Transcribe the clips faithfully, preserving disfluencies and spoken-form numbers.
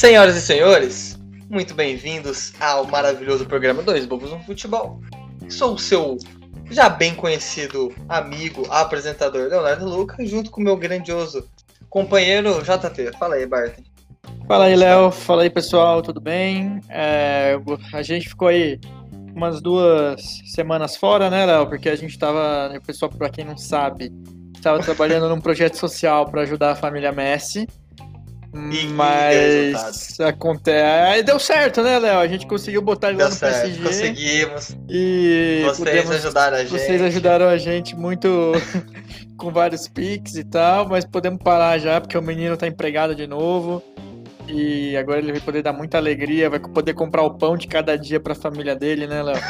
Senhoras e senhores, muito bem-vindos ao maravilhoso programa Dois Bobos no Futebol. Sou o seu já bem conhecido amigo, apresentador Leonardo Luca, junto com o meu grandioso companheiro J T. Fala aí, Barton. Fala aí, Léo. Fala aí, pessoal. Tudo bem? É, a gente ficou aí umas duas semanas fora, né, Léo? Porque a gente tava, o pessoal, pra quem não sabe, estava trabalhando num projeto social para ajudar a família Messi. E, mas acontece. Deu certo, né, Léo? A gente conseguiu botar ele Deu lá no certo, P S G. Conseguimos. E vocês pudemos, ajudaram a gente. Vocês ajudaram a gente muito com vários piques e tal, mas podemos parar já, porque o menino tá empregado de novo. E agora ele vai poder dar muita alegria, vai poder comprar o pão de cada dia pra família dele, né, Léo?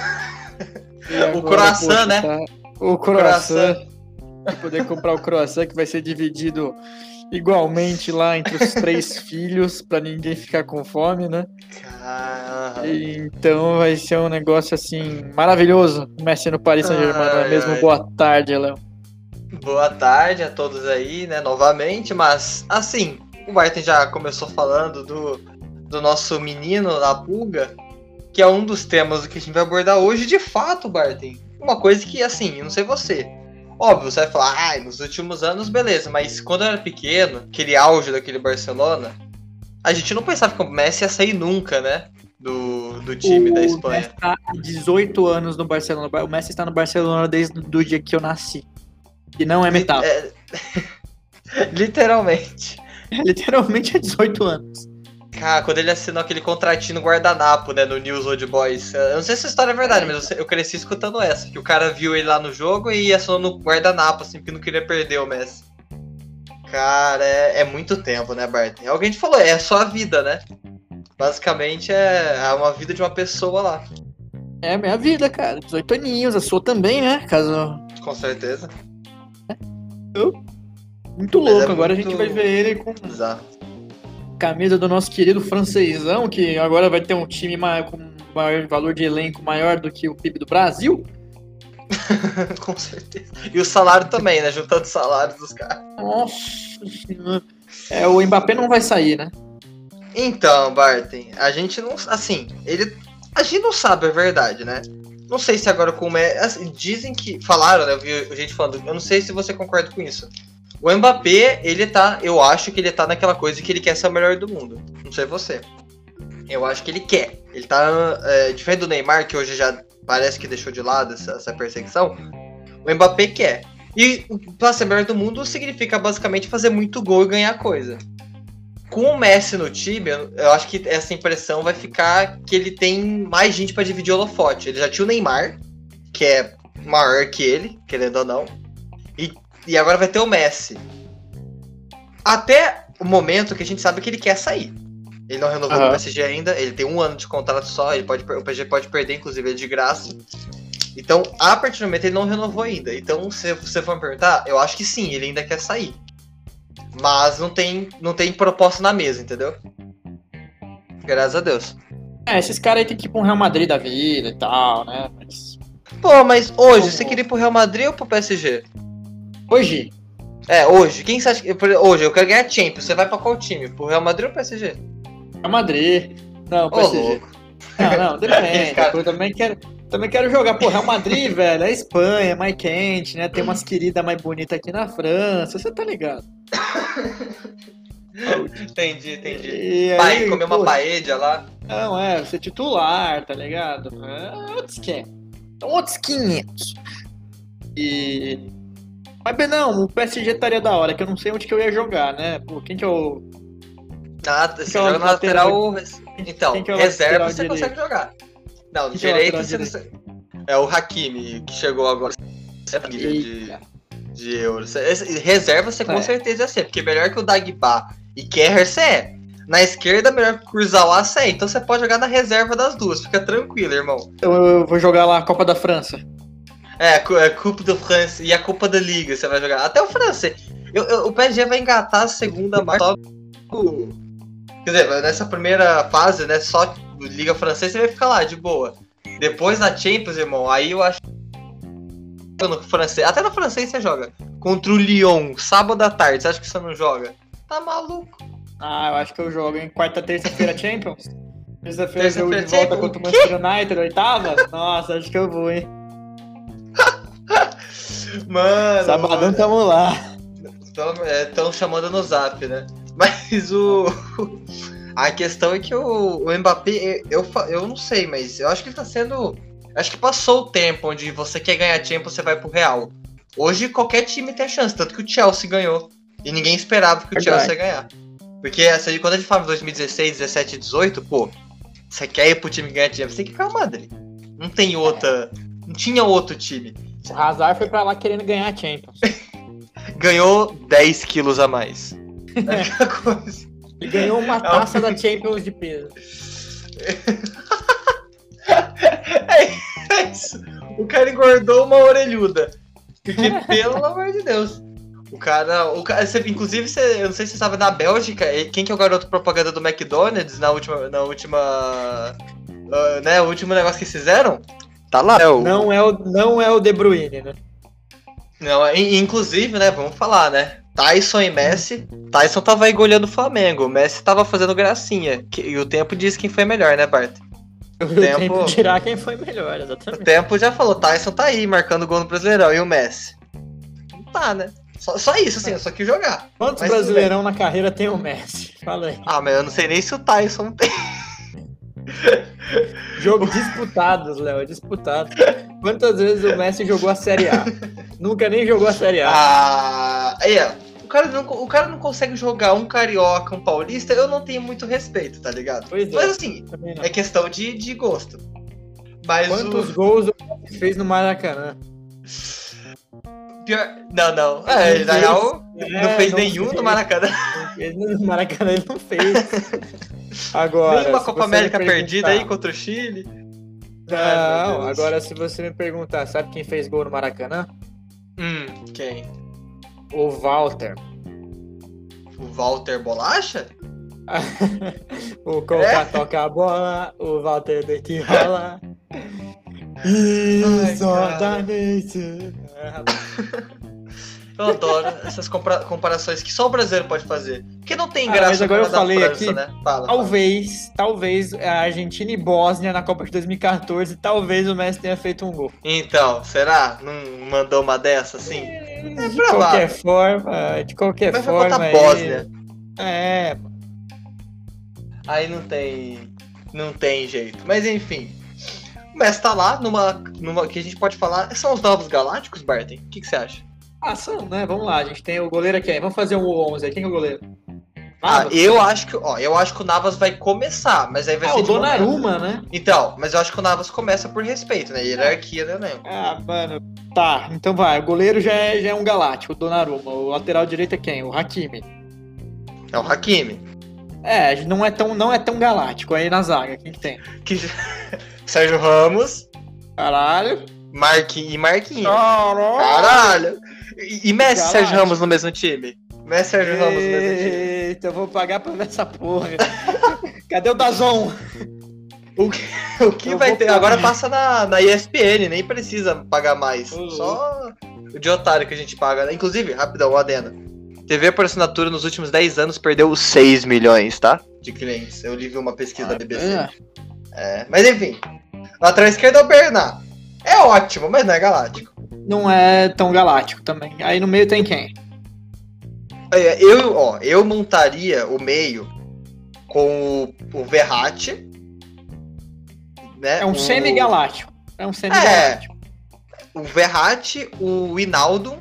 O croissant, né? Tá... O croissant. Vai poder comprar o croissant que vai ser dividido igualmente lá entre os três filhos, pra ninguém ficar com fome, né? Caramba. Então vai ser um negócio assim maravilhoso. Messi no Paris Saint-Germain, não é mesmo? Ai. Boa tarde, Léo. Boa tarde a todos aí, né, novamente, mas assim, o Barton já começou falando do, do nosso menino da pulga, que é um dos temas que a gente vai abordar hoje. De fato, Barton, uma coisa que, assim, eu não sei você, óbvio, você vai falar, ai, ah, nos últimos anos, beleza, mas quando eu era pequeno, aquele auge daquele Barcelona, a gente não pensava que o Messi ia sair nunca, né, do, do time o da Espanha. Messi está há dezoito anos no Barcelona, o Messi está no Barcelona desde o dia que eu nasci, e não é metáfora. É... Literalmente. Literalmente há dezoito anos. Cara, quando ele assinou aquele contratinho no guardanapo, né, no News Old Boys. Eu não sei se a história é verdade, mas eu cresci escutando essa. Que o cara viu ele lá no jogo e assinou no guardanapo, assim, porque não queria perder o Messi. Cara, é, é muito tempo, né, Bart? É o que a gente falou, é só a vida, né? Basicamente é uma vida de uma pessoa lá. É a minha vida, cara. dezoito aninhos, a sua também, né? Caso... Com certeza. Eu... Muito mas louco, é agora muito... a gente vai ver ele com... Exato. Camisa do nosso querido francesão, que agora vai ter um time maior, com maior valor de elenco maior do que o P I B do Brasil. Com certeza. E o salário também, né? Juntando os salários dos caras. Nossa senhora. É, o Mbappé não vai sair, né? Então, Barton, a gente não... Assim, ele... A gente não sabe, é verdade, né? Não sei se agora como é... Assim, dizem que... Falaram, né? Eu vi gente falando... Eu não sei se você concorda com isso. O Mbappé, ele tá... Eu acho que ele tá naquela coisa que ele quer ser o melhor do mundo. Não sei você. Eu acho que ele quer. Ele tá... É, diferente do Neymar, que hoje já parece que deixou de lado essa, essa perseguição. O Mbappé quer. E pra ser o melhor do mundo significa basicamente fazer muito gol e ganhar coisa. Com o Messi no time, eu acho que essa impressão vai ficar que ele tem mais gente pra dividir o holofote. Ele já tinha o Neymar, que é maior que ele, querendo ou não. E E agora vai ter o Messi. Até o momento que a gente sabe que ele quer sair. Ele não renovou uhum. com o P S G ainda. Ele tem um ano de contrato só. Ele pode, o P S G pode perder, inclusive, ele de graça. Então, a partir do momento, ele não renovou ainda. Então, se você for me perguntar, eu acho que sim, ele ainda quer sair. Mas não tem, não tem proposta na mesa, entendeu? Graças a Deus. É, esses caras aí tem que ir pra um Real Madrid da vida e tal, né? Mas... Pô, mas hoje, você queria ir pro Real Madrid ou pro P S G? Hoje? É, hoje. Quem você acha que... Hoje, eu quero ganhar Champions. Você vai pra qual time? Pro Real Madrid ou P S G? Real Madrid. Não, P S G. Louco. Não, não, depende. Cara... Eu também quero, também quero jogar. Pô, Real Madrid, velho, é Espanha, é mais quente, né? Tem umas queridas mais bonitas aqui na França. Você tá ligado? Entendi, entendi. E Pai, aí, comer pô, uma paella lá. Não, é, ser titular, tá ligado? É outros que outros quinhentos. E... Mas, não, o P S G estaria da hora, que eu não sei onde que eu ia jogar, né? Pô, quem que é o... Ah, você que joga é na lateral... lateral... Então, é reserva você direito? Consegue jogar. Não, quem direito é você não consegue... É o Hakimi, que chegou agora. De, de euros. Reserva você com é. certeza ia ser, porque melhor que o Dagba e Kerr você é. Na esquerda, melhor que o Kurzawa você é. Então você pode jogar na reserva das duas, fica tranquilo, irmão. Eu, eu vou jogar lá a Copa da França. É, a Coupe de France e a Copa da Liga você vai jogar. Até o francês. Eu, eu, o P S G vai engatar a segunda marca. Quer dizer, nessa primeira fase, né, só Liga Francesa, você vai ficar lá, de boa. Depois na Champions, irmão, aí eu acho que no francês, até no francês você joga. Contra o Lyon, sábado à tarde, você acha que você não joga? Tá maluco? Ah, eu acho que eu jogo em quarta, terça-feira Champions. Terça-feira Terça jogo de feira, volta o contra o Manchester United, oitava? Nossa, acho que eu vou, hein? Mano. Sabadão tamo lá. Estão chamando no zap, né? Mas o. A questão é que o, o Mbappé, eu, eu não sei, mas eu acho que ele tá sendo. Acho que passou o tempo onde você quer ganhar Champions, você vai pro Real. Hoje qualquer time tem chance, tanto que o Chelsea ganhou. E ninguém esperava que o Verdade. Chelsea ia ganhar. Porque essa aí, quando a gente fala em dois mil e dezesseis, dezessete, dezoito, pô, você quer ir pro time ganhar Champions, você tem que ir pro Real Madrid. Não tem outra. Não tinha outro time. O Hazard foi pra lá querendo ganhar a Champions. Ganhou dez quilos a mais. É a mesma coisa. E ganhou uma taça da Champions de peso. É isso. O cara engordou uma orelhuda. Porque, pelo amor de Deus. O cara. O cara você, inclusive, você, eu não sei se você sabe, na Bélgica, quem que é o garoto propaganda do McDonald's na última. Na última. Uh, né, o último negócio que eles fizeram? Tá lá. É o... Não, é o, não é o De Bruyne, né? Não, inclusive, né, vamos falar, né? Tyson e Messi. Tyson tava aí goleando o Flamengo. O Messi tava fazendo gracinha. E o tempo diz quem foi melhor, né, Bart? O tempo, tempo dirá quem foi melhor, exatamente. O tempo já falou, Tyson tá aí, marcando gol no Brasileirão. E o Messi? Não tá, né? Só, só isso, assim, eu só quis jogar. Quantos mas, Brasileirão na carreira tem o Messi? Fala aí. Ah, mas eu não sei nem se o Tyson tem. Jogo disputados, Léo, disputado. Quantas vezes o Messi jogou a Série A? Nunca nem jogou a Série A. Ah, aí, ó. O cara, não, o cara não consegue jogar um carioca, um paulista, eu não tenho muito respeito, tá ligado? Pois mas é, assim, é questão de, de gosto. Mas quantos o... gols o Messi fez no Maracanã? Pior... Não, não. É, na real, é, não fez não nenhum fez. no Maracanã. No Maracanã ele não fez. Agora, nenhuma Copa América perdida aí contra o Chile. Não, Ai, agora se você me perguntar, sabe quem fez gol no Maracanã? Hum, quem? O Walter. O Walter Bolacha? O Coca é? Toca a bola, o Walter deita e rola. Isso, danete. Eu adoro essas compara comparações que só o brasileiro pode fazer. Porque não tem ah, graça. Mas agora eu falei França, aqui, né? fala, talvez, fala. talvez a Argentina e Bósnia na Copa de dois mil e quatorze, talvez o Messi tenha feito um gol. Então, será? Não mandou uma dessa assim? É, é de qualquer forma, de qualquer mas forma. Vai Bósnia. É. Aí não tem, não tem jeito. Mas enfim. O Messi tá lá numa, numa que a gente pode falar. São os Novos Galácticos, Barton? O que, que você acha? Ah, são, né? Vamos lá, a gente tem o goleiro aqui. Vamos fazer um onze aí. Quem é o goleiro? Ah, eu acho que, ó, eu acho que o Navas vai começar, mas aí vai ah, ser o Donnarumma, né? Então, mas eu acho que o Navas começa por respeito, né? Hierarquia, né, mesmo? Ah, mano. Tá, então vai. O goleiro já é, já é um galáctico, o Donnarumma. O lateral direito é quem? O Hakimi. É o Hakimi. É, não é tão, não é tão galáctico aí na zaga. Quem que tem? Que... Sérgio Ramos. Caralho. Marquinhos e Marquinhos. Caralho. Caralho. E, e Messi e Sérgio Ramos no mesmo time? Messi e Sérgio Ramos no mesmo time. Eita, eu vou pagar pra ver essa porra. Cadê o Dazon? O que, o que vai ter? Pagar. Agora passa na, na E S P N, nem precisa pagar mais. Uhum. Só o de otário que a gente paga, né? Inclusive, rapidão, adendo. T V por assinatura nos últimos dez anos perdeu seis milhões, tá? De clientes. Eu li uma pesquisa ah, da B B C. É. É, mas enfim. Lateral esquerdo é o Bernat. É ótimo, mas não é galáctico. Não é tão galáctico também. Aí no meio tem quem? Eu, ó, eu montaria o meio com o, o Verratti. Né? É um o... semi-galáctico. É um semi-galáctico. É, o Verratti, o Hinaldo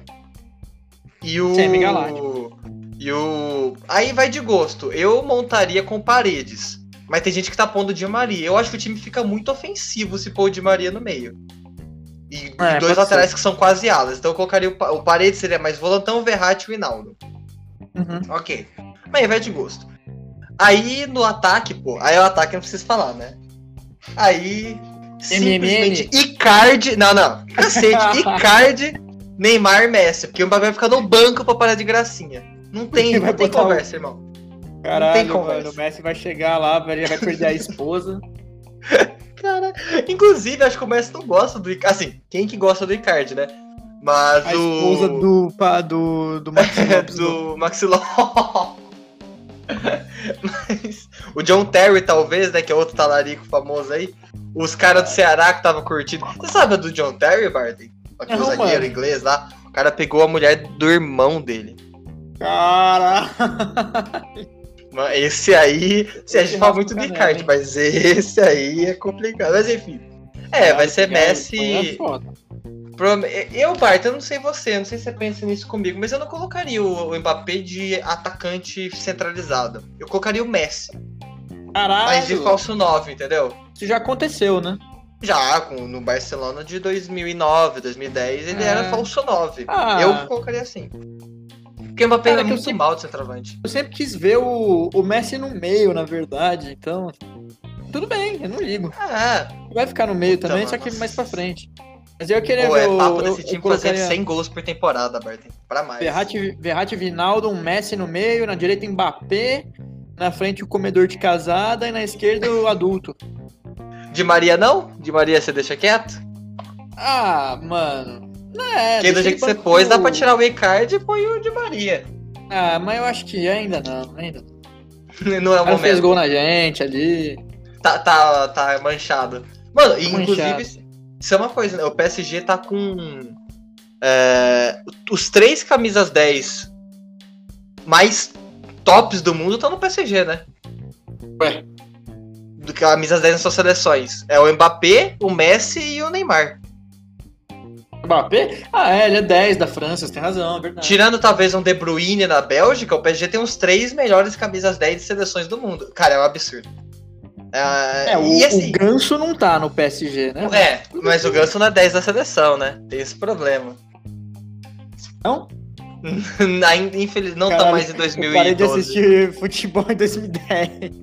e o... Semi-galáctico. E o... Aí vai de gosto. Eu montaria com Paredes. Mas tem gente que tá pondo o Di Maria. Eu acho que o time fica muito ofensivo se pôr o Di Maria no meio. E, é, e dois laterais ser. que são quase alas. Então eu colocaria o, o Paredes, seria mais volantão, o Verratti e o Hinaldo. Uhum. Ok. Mas aí vai de gosto. Aí no ataque, pô. Aí o ataque não precisa falar, né? Aí... Simplesmente Icardi... Não, não. Cacete. Icardi, Neymar, Messi. Porque o Mbappé vai ficar no banco pra parar de gracinha. Não tem, não tem conversa, o... irmão. Caralho, mano, o Messi vai chegar lá, ele vai perder a esposa. Cara, inclusive, acho que o Messi não gosta do Icardi. Assim, quem que gosta do Icardi, né? Mas a o... esposa do... do, do Maxi Lopes. do Maxi Lopes. Mas o John Terry, talvez, né? Que é outro talarico famoso aí. Os caras do Ceará que tava curtindo. Você sabe do John Terry, Barton? Aqui, o zagueiro inglês lá. O cara pegou a mulher do irmão dele. Cara! Esse aí. Se a gente fala muito do Icardi, mas esse aí é complicado. Mas enfim. É, vai ser Messi. Eu, Bart, eu não sei você, não sei se você pensa nisso comigo, mas eu não colocaria o Mbappé de atacante centralizado. Eu colocaria o Messi. Caralho! Mas de falso nove, entendeu? Isso já aconteceu, né? Já, com, no Barcelona de dois mil e nove, dois mil e dez, ele é. era falso nove. Ah. Eu colocaria assim. Porque o Mbappé Cara, é muito sempre, mal de centroavante. Eu sempre quis ver o, o Messi no meio, na verdade, então... Tudo bem, eu não ligo. É. Vai ficar no meio também, então, só que nossa. mais pra frente. Mas eu queria Pô, ver é o... papo desse eu, time eu colocaria... fazer cem gols por temporada, Barton. Pra mais. Verratti, Verratti, Vinaldo, um Messi no meio, na direita Mbappé, na frente o comedor de casada e na esquerda o adulto. De Maria não? De Maria você deixa quieto? Ah, mano... Não é, Porque do jeito que você pôs, dá pra tirar o Icardi e põe o de Maria. Ah, mas eu acho que ainda não, ainda não. Não é o momento. fez gol na gente ali. Tá, tá, tá manchado. Mano, tá inclusive, manchado. Isso é uma coisa, né? O P S G tá com é, os três camisas dez mais tops do mundo estão no P S G, né? Ué. Do camisas dez nas suas seleções. É o Mbappé, o Messi e o Neymar. Mbappé? Ah, é, ele é dez da França, você tem razão, é verdade. Tirando talvez um De Bruyne na Bélgica, o P S G tem os três melhores camisas dez de seleções do mundo. Cara, é um absurdo. É, é o, e assim, o Ganso não tá no P S G, né? É, mas o Ganso não é dez da seleção, né? Tem esse problema. Não? Infeliz... Não Caralho, tá mais em dois mil e doze. Eu parei de assistir futebol em dois mil e dez.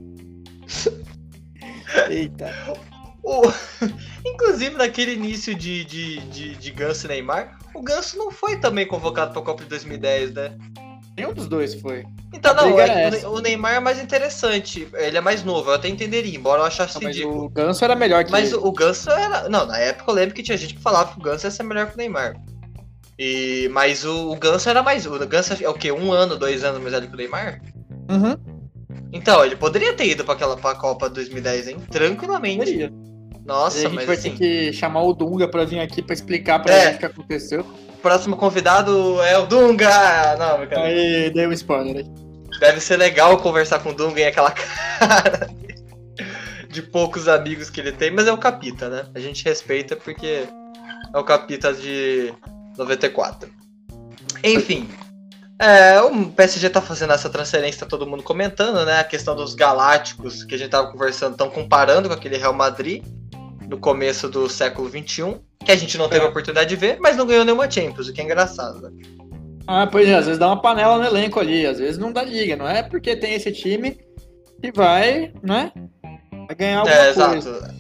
Eita. O... Inclusive, naquele início de, de, de, de Ganso e Neymar, o Ganso não foi também convocado pra Copa de dois mil e dez, né? Nenhum dos dois foi. Então, não, é, o Neymar é mais interessante. Ele é mais novo, eu até entenderia, embora eu achasse não, mas ridículo. O Ganso era melhor que Mas ele. o Ganso era... Não, na época eu lembro que tinha gente que falava que o Ganso ia ser melhor que o Neymar. E... Mas o, o Ganso era mais... O Ganso é o quê? Um ano, dois anos mais velho que o Neymar? Uhum. Então, ele poderia ter ido pra aquela pra Copa dois mil e dez, hein? Tranquilamente. Poderia. Nossa, mas a gente mas vai assim... ter que chamar o Dunga pra vir aqui pra explicar pra É. gente o que aconteceu. O próximo convidado é o Dunga! Não, cara. Aí, dei um spoiler aí. Deve ser legal conversar com o Dunga e aquela cara de poucos amigos que ele tem, mas é o Capita, né? A gente respeita porque é o Capita de noventa e quatro. Enfim, é, o P S G tá fazendo essa transferência, tá todo mundo comentando, né? A questão dos galácticos que a gente tava conversando, estão comparando com aquele Real Madrid no começo do século vinte e um, que a gente não teve a oportunidade de ver, mas não ganhou nenhuma Champions, o que é engraçado, né? Ah, pois é, às vezes dá uma panela no elenco ali, às vezes não dá liga, não é porque tem esse time que vai, né? Vai ganhar alguma é, coisa. Exato.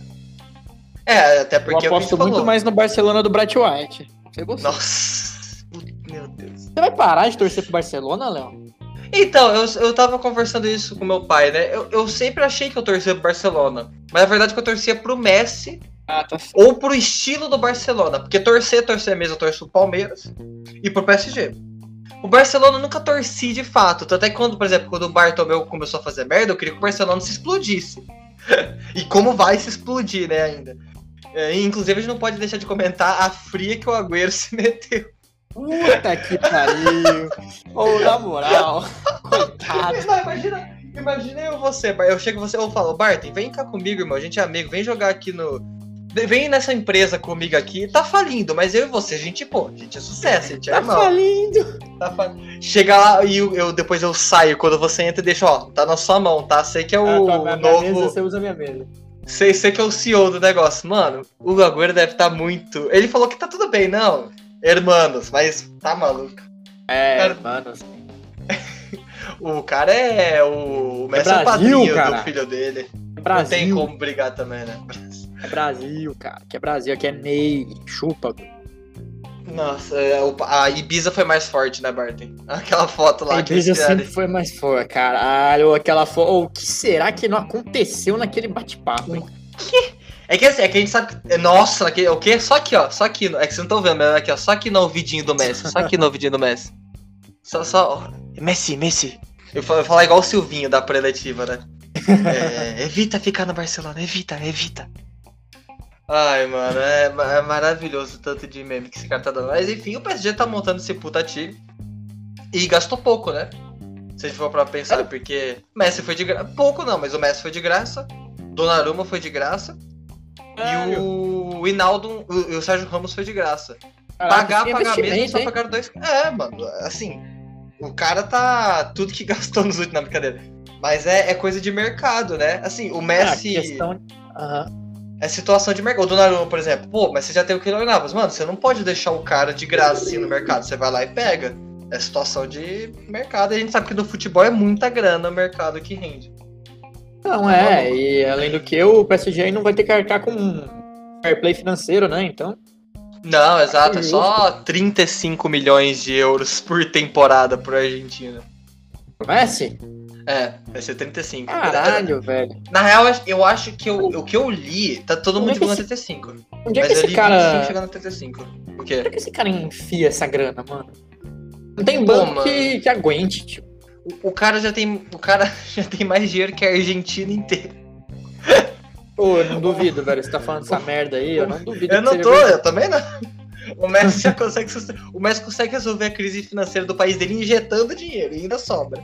É, até porque eu aposto muito mais no Barcelona do Bright White. Sei você. Nossa, meu Deus. Você vai parar de torcer pro Barcelona, Léo? Então, eu, eu tava conversando isso com meu pai, né? Eu, eu sempre achei que eu torcia pro Barcelona, mas na verdade que eu torcia pro Messi. Ah, tá. Ou pro estilo do Barcelona, porque torcer, torcer mesmo, eu torço pro Palmeiras e pro P S G. O Barcelona eu nunca torci de fato, tanto é que quando, por exemplo, quando o Bartomeu começou a fazer merda, eu queria que o Barcelona se explodisse. E como vai se explodir, né, ainda. É, inclusive a gente não pode deixar de comentar a fria que o Agüero se meteu. Puta que pariu. Ou na moral, coitado. Não, imagina, imagina eu você, eu chego você, eu falo, Barton, vem cá comigo, irmão, a gente é amigo, vem jogar aqui no... Vem nessa empresa comigo aqui, tá falindo, mas eu e você, a gente, pô, a gente é sucesso, a gente é tá irmão. Falindo. Tá falindo. Chega lá e eu, eu, depois eu saio, quando você entra e deixa, ó, tá na sua mão, tá? Sei que é o ah, tá, novo... Minha mesa, você usa a minha mesa. Sei, sei que é o C E O do negócio. Mano, o Agüero deve estar tá muito... Ele falou que tá tudo bem, não, hermanos, mas tá maluco. É, cara... hermanos. O cara é o... O Messi é o padrinho do filho dele. É Brasil. Não tem como brigar também, né? É Brasil, cara. Que é Brasil, aqui é Ney, chupa. Nossa, a Ibiza foi mais forte, né, Barton? Aquela foto lá. A Ibiza sempre foi mais forte, caralho. Aquela foto. O que será que não aconteceu naquele bate-papo, hein? Que? É que assim, é que a gente sabe que... Nossa, aqui, o quê? Só aqui, ó. Só aqui. É que vocês não estão vendo, mas aqui, ó. Só aqui no ouvidinho do Messi. Só aqui no ouvidinho do Messi. Só, só, ó. Messi, Messi. Eu vou falar igual o Silvinho da preletiva, né? É, evita ficar no Barcelona, evita, evita. Ai, mano, é, é maravilhoso o tanto de meme que esse cara tá dando. Mas enfim, o P S G tá montando esse puta time. E gastou pouco, né? Se a gente for pra pensar, porque o Messi foi de graça. Pouco não, mas o Messi foi de graça. Donnarumma foi de graça. E o Hinaldo e o Sérgio Ramos foi de graça. Pagar, pagar mesmo, só pagaram dois. É, mano, assim. O cara tá. Tudo que gastou nos últimos. Não, brincadeira. Mas é, é coisa de mercado, né? Assim, o Messi. Ah, questão... uhum. É situação de mercado. O Donnarumma, por exemplo, pô, mas você já tem o Keylor Navas. Mano, você não pode deixar o cara de graça assim no mercado. Você vai lá e pega. É situação de mercado. E a gente sabe que no futebol é muita grana o mercado que rende. Não, é. E além do que, o P S G aí não vai ter que arcar com fair play financeiro, né? Então. Não, exato. É só trinta e cinco milhões de euros por temporada pro Argentina. O Messi? É, vai ser trinta e cinco. Caralho, velho. Na real, eu acho que eu, o que eu li, tá todo mundo divulgando trinta e cinco. Onde é que mas esse eu li cara... chegando a trinta e cinco. O quê? Onde é que esse cara enfia essa grana, mano? Não tem banco Pô, que, que aguente, tipo. O, o cara já tem. O cara já tem mais dinheiro que a Argentina inteira. Pô, eu não duvido, velho. Você tá falando essa merda aí, eu não duvido. Eu não tô, bem... eu também não. O Messi já consegue. O Messi consegue resolver a crise financeira do país dele injetando dinheiro e ainda sobra.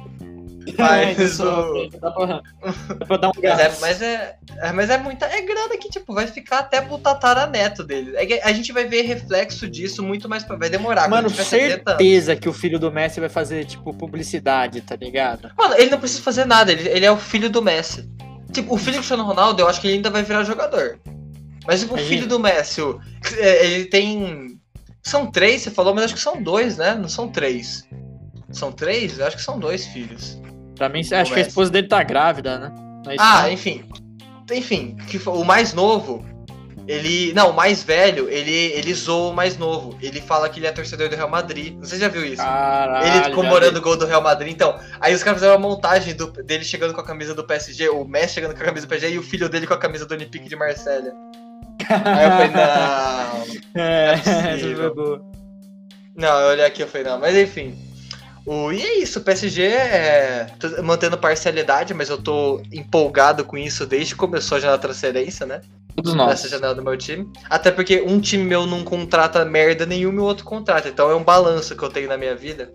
Mas o. Dá pra, dá pra dar um mas, é, mas, é, é, mas é muita. É grana que, tipo, vai ficar até pro tataraneto dele. É que a gente vai ver reflexo disso muito mais pra. Vai demorar. Mano, certeza que o filho do Messi vai fazer, tipo, publicidade, tá ligado? Mano, ele não precisa fazer nada, ele, ele é o filho do Messi. Tipo, o filho do Cristiano Ronaldo, eu acho que ele ainda vai virar jogador. Mas tipo, o filho do Messi, ele tem. São três, você falou, mas acho que são dois, né? Não são três. São três? Eu acho que são dois filhos. Pra mim, acho que a esposa dele tá grávida, né? Mas, ah, não. enfim. Enfim, que o mais novo, ele. Não, o mais velho, ele, ele zoa o mais novo. Ele fala que ele é torcedor do Real Madrid. Você já viu isso? Caralho, ele comemorando o gol do Real Madrid. Então, aí os caras fizeram uma montagem do, dele chegando com a camisa do P S G, o Messi chegando com a camisa do P S G e o filho dele com a camisa do Olympique de Marselha. Aí eu falei, não. É, essa foi boa. Não, eu olhei aqui e falei, não, mas enfim. O, e é isso, o P S G é mantendo parcialidade, mas eu tô empolgado com isso desde que começou a janela de transferência, né? Todos nós. Essa janela do meu time. Até porque um time meu não contrata merda nenhuma e o outro contrata. Então é um balanço que eu tenho na minha vida.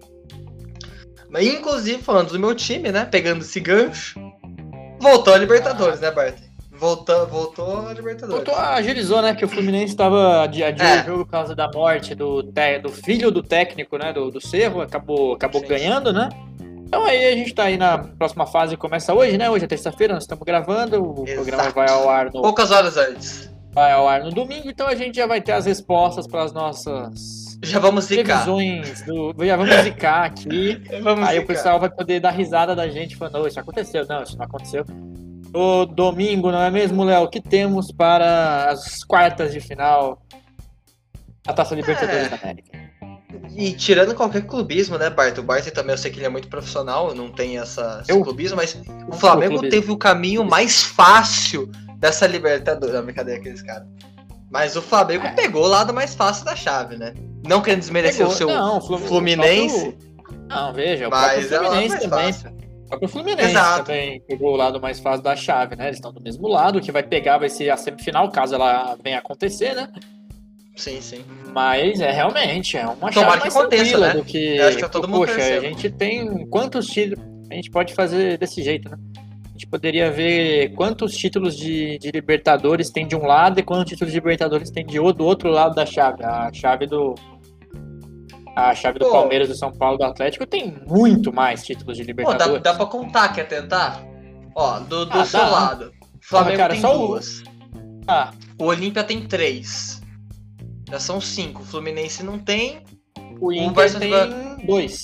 Mas, inclusive, falando do meu time, né? Pegando esse gancho, voltou a Libertadores, né, Bart? Voltou, voltou a Libertadores. Voltou, agilizou, né? Que o Fluminense tava adiando É. o jogo por causa da morte do, te, do filho do técnico, né? Do, do Cerro, acabou, acabou Sim. ganhando, né? Então aí a gente tá aí na próxima fase, começa hoje, né? Hoje é terça-feira, nós estamos gravando, o Exato. programa vai ao ar no, Poucas horas antes. vai ao ar no domingo, então a gente já vai ter as respostas para as nossas Já vamos zicar. previsões, do, já vamos zicar aqui. Vamos Aí zicar. o pessoal vai poder dar risada da gente falando, oh, isso aconteceu. Não, isso não aconteceu. O domingo, não é mesmo, Léo? O que temos para as quartas de final da Taça Libertadores É. da América? E tirando qualquer clubismo, né, Bart? O Bart também, eu sei que ele é muito profissional, não tem essa, esse Eu? clubismo, mas o Flamengo clubismo. teve o caminho mais fácil dessa Libertadores. Não, brincadeira, aqueles caras. Mas o Flamengo É. pegou o lado mais fácil da chave, né? Não querendo desmerecer Pegou. o seu Não, o Flam- Fluminense, o próprio- Não, veja, o mas próprio é o lado Fluminense mais também. fácil. O próprio Fluminense Exato. também pegou o lado mais fácil da chave, né? Eles estão do mesmo lado, o que vai pegar vai ser a semifinal, caso ela venha a acontecer, né? Sim, sim. Mas é realmente, é uma Tomara chave que mais aconteça, tranquila né? do que... Eu acho que tá todo mundo Poxa, a torcendo. gente tem quantos títulos... A gente pode fazer desse jeito, né? A gente poderia ver quantos títulos de, de Libertadores tem de um lado e quantos títulos de Libertadores tem de, o- do outro lado da chave. A chave do... A chave do Pô. Palmeiras, do São Paulo, do Atlético tem muito mais títulos de Pô, Libertadores. dá, dá pra contar, quer tentar? Ó, do, do Ah, seu dá. lado. O Flamengo cara, tem só o- duas. Ah, O Olímpia tem três. Já são cinco. O Fluminense não tem. o Inter Barça tem vai- dois.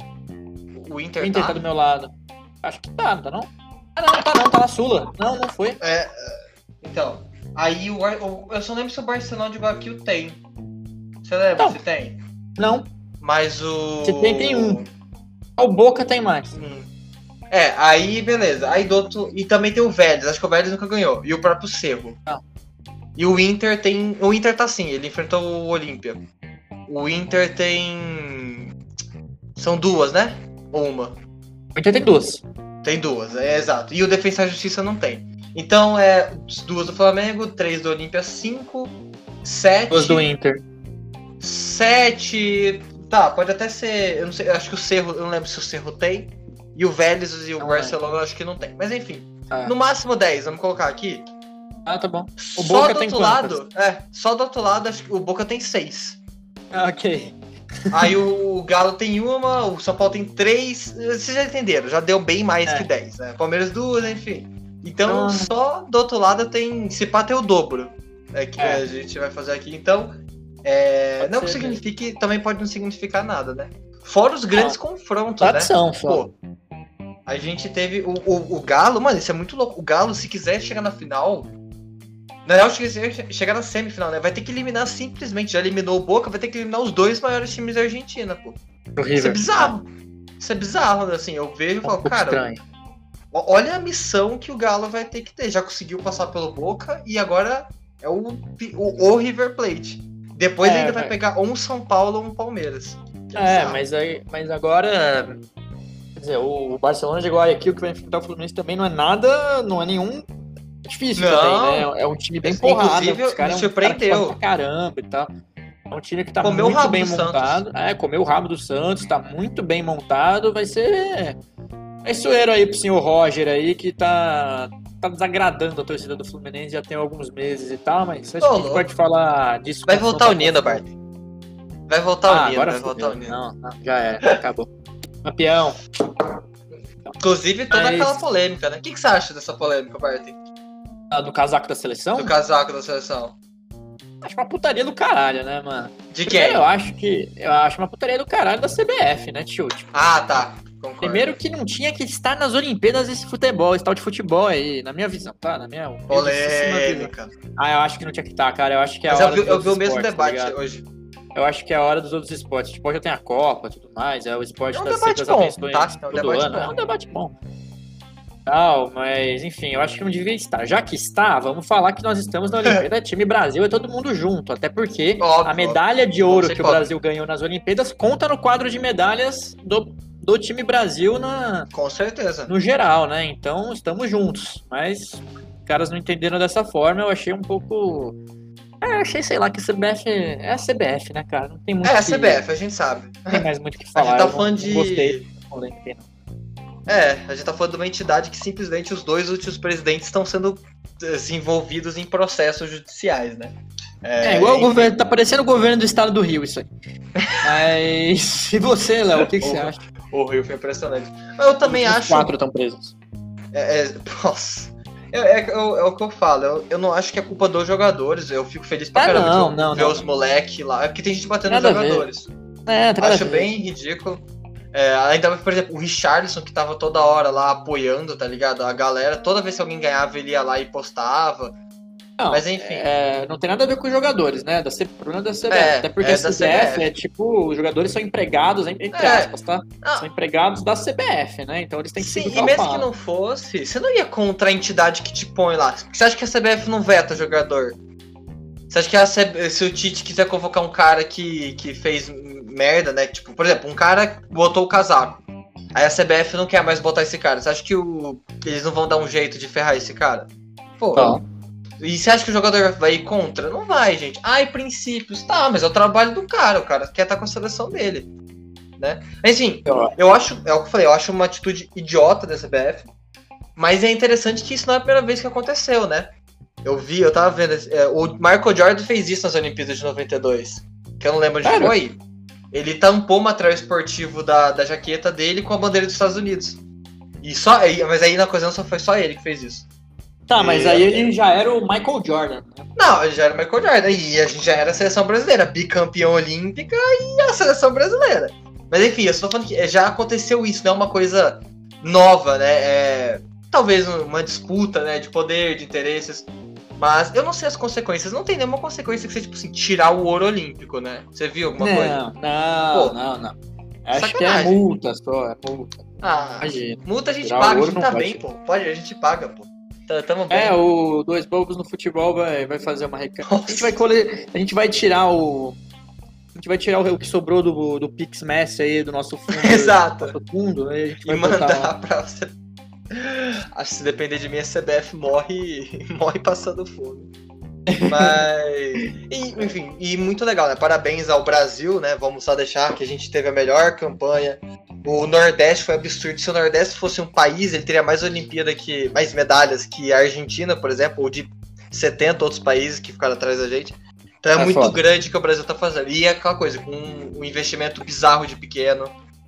O Inter, O Inter tá. tá do meu lado. Acho que tá, não tá não? Ah, não, tá não, tá na Sula. Não, não foi. É, então, aí o, Ar- o- eu só lembro se o Barcelona de Guayaquil tem. Você lembra Então. se tem? Não, Mas o. Se tem, tem um. o Boca tem mais. Hum. É, aí beleza. Aí do outro. E também tem o Vélez, acho que o Vélez nunca ganhou. E o próprio Cerro. Não. E o Inter tem. O Inter tá sim, ele enfrentou o Olímpia. O Inter tem. São duas, né? Ou uma? Inter tem duas. Tem duas, é exato. E o Defensor e Justiça não tem. Então é duas do Flamengo, três do Olímpia, cinco, sete. Duas do Inter. Sete. Tá, pode até ser. Eu não sei, eu acho que o Cerro, eu não lembro se o Cerro tem. E o Vélez e o não Barcelona é. Eu acho que não tem. Mas enfim. É. No máximo dez, vamos colocar aqui. Ah, tá bom. O só Boca do tem outro lado, é, só do outro lado, acho que o Boca tem seis. Ah, ok. Aí o Galo tem uma, o São Paulo tem três. Vocês já entenderam, já deu bem mais é. que dez, né? Palmeiras duas, enfim. Então, ah. só do outro lado tem. Se pá, tem o dobro. É que é. a gente vai fazer aqui. Então, é, não que signifique, mesmo. Também pode não significar nada, né? Fora os grandes ah. confrontos, Tradição, né? Pô, a gente teve o, o, o Galo, mano, isso é muito louco. O Galo, se quiser chegar na final. Na real, chegar na semifinal, né? Vai ter que eliminar simplesmente. Já eliminou o Boca, vai ter que eliminar os dois maiores times da Argentina, pô. Horrível. Isso é bizarro. Isso é bizarro, assim. Eu vejo e falo, um cara. Estranho. Olha a missão que o Galo vai ter que ter. Já conseguiu passar pelo Boca e agora é o, o, o River Plate. Depois é, ainda vai pegar ou um São Paulo ou um Palmeiras. É, mas, aí, mas agora. Quer dizer, o Barcelona de Guayaquil que vai enfrentar o Fluminense também não é nada. Não é nenhum. Difícil não, também, né? É um time bem porrado. Os caras me surpreendeu. É um cara pra caramba e tal. É um time que tá comeu muito bem montado. Santos. É, comeu o rabo do Santos, tá muito bem montado. Vai ser. É sueiro aí pro senhor Roger aí, que tá, tá desagradando a torcida do Fluminense já tem alguns meses e tal, mas acho Ô, que a gente pode falar disso. Vai voltar o Nino, Bart. Vai voltar ah, o Nino, agora vai voltar o Nino. Não, não, já é, acabou. Campeão. Inclusive toda mas... aquela polêmica, né? O que, que você acha dessa polêmica, Bart? Ah, do casaco da seleção? Do casaco da seleção. Acho uma putaria do caralho, né, mano? De quem? Eu acho que. Eu acho uma putaria do caralho da C B F, né, tio? Tipo, ah, tá. Concordo. Primeiro que não tinha que estar nas Olimpíadas esse futebol, esse tal de futebol aí, na minha visão, tá? Na minha polêmica. Ah, eu acho que não tinha que estar, cara. Eu acho que é Mas a hora eu vi, eu vi o esportes, mesmo debate tá hoje. Eu acho que é a hora dos outros esportes. Tipo, já tem a Copa e tudo mais, é o esporte é um das debate bom, atenções tá? É um todo debate ano. bom. É um debate bom. Tal, mas enfim, eu acho que não devia estar. Já que está, vamos falar que nós estamos na Olimpíada, time Brasil é todo mundo junto, até porque óbvio, a medalha de ouro que pode. O Brasil ganhou nas Olimpíadas conta no quadro de medalhas do, do time Brasil na, com certeza. No geral, né? Então estamos juntos, mas os caras não entenderam dessa forma, eu achei um pouco... É, eu achei, sei lá, que a C B F é a C B F, né, cara? Não tem muito É, que... a C B F, a gente sabe. Não tem mais muito o que falar. A gente tá eu falando não, de... não gostei, não lembro, não. É, a gente tá falando de uma entidade que simplesmente os dois últimos presidentes estão sendo assim, envolvidos em processos judiciais, né? É, é igual enfim. O governo, tá parecendo o governo do estado do Rio, isso aí. Mas, e você, Léo, o que, que o, você acha? O Rio foi impressionante. Eu também os acho... Os quatro estão presos. É, é, nossa... É, é, é, é o que eu falo, eu, eu não acho que é culpa dos jogadores, eu fico feliz pra ah, caramba não, de não, ver não, os moleques lá, é porque tem gente batendo nada nos jogadores. É, acho bem ridículo. É, ainda, por exemplo, o Richarlison, que tava toda hora lá apoiando, tá ligado? A galera, toda vez que alguém ganhava, ele ia lá e postava. Não, mas enfim. É, não tem nada a ver com os jogadores, né? Da C... problema da C B F. É, Até porque é a C B F é tipo, os jogadores são empregados, entre é. aspas, tá? Não. São empregados da C B F, né? Então eles têm que Sim, seguir e mesmo que não fosse, você não ia contra a entidade que te põe lá. Você acha que a C B F não veta jogador? Você acha que a C B F, se o Tite quiser convocar um cara que, que fez merda, né? Tipo, por exemplo, um cara botou o casaco. Aí a C B F não quer mais botar esse cara. Você acha que o, eles não vão dar um jeito de ferrar esse cara? Pô. Não. E você acha que o jogador vai ir contra? Não vai, gente. Ai, princípios. Tá, mas é o trabalho do cara. O cara quer estar com a seleção dele. Né? Enfim, eu acho, é o que eu falei, eu acho uma atitude idiota da C B F. Mas é interessante que isso não é a primeira vez que aconteceu, né? Eu vi, eu tava vendo. É, o Michael Jordan fez isso nas Olimpíadas de noventa e dois. Que eu não lembro onde Sério? foi. Ele tampou o material esportivo da, da jaqueta dele com a bandeira dos Estados Unidos. E só, mas aí na ocasião só foi só ele que fez isso. Tá, mas e... aí ele já era o Michael Jordan, né? Não, ele já era o Michael Jordan. E a gente já era a seleção brasileira, bicampeão olímpica e a seleção brasileira. Mas enfim, eu só tô falando que já aconteceu isso, não é uma coisa nova, né? É, talvez uma disputa, né, de poder, de interesses. Mas eu não sei as consequências. Não tem nenhuma consequência que seja, tipo assim, tirar o ouro olímpico, né? Você viu alguma não, coisa? Não, Pô, não, não. Acho sacanagem. Que é multa só, é multa. Ah, imagina. Multa a gente tirar paga, a gente tá bem, pô. Pode, a gente paga, pô. Tamo bem. É, o Dois Bobos no Futebol vai, vai fazer uma reclamação. A gente vai, cole... a gente vai tirar o, A gente vai tirar o, o que sobrou do, do Pix Messi aí, do nosso fundo. Exato. Do nosso fundo, aí a gente E vai mandar botar pra você. Acho que se depender de mim, a C B F morre, morre passando fome. Mas. E, enfim, e muito legal, né? Parabéns ao Brasil, né? Vamos só deixar que a gente teve a melhor campanha. O Nordeste foi absurdo. Se o Nordeste fosse um país, ele teria mais Olimpíada que. Mais medalhas que a Argentina, por exemplo, ou de setenta outros países que ficaram atrás da gente. Então é, É muito foda. grande que o Brasil tá fazendo. E é aquela coisa, com um, um investimento bizarro de pequeno.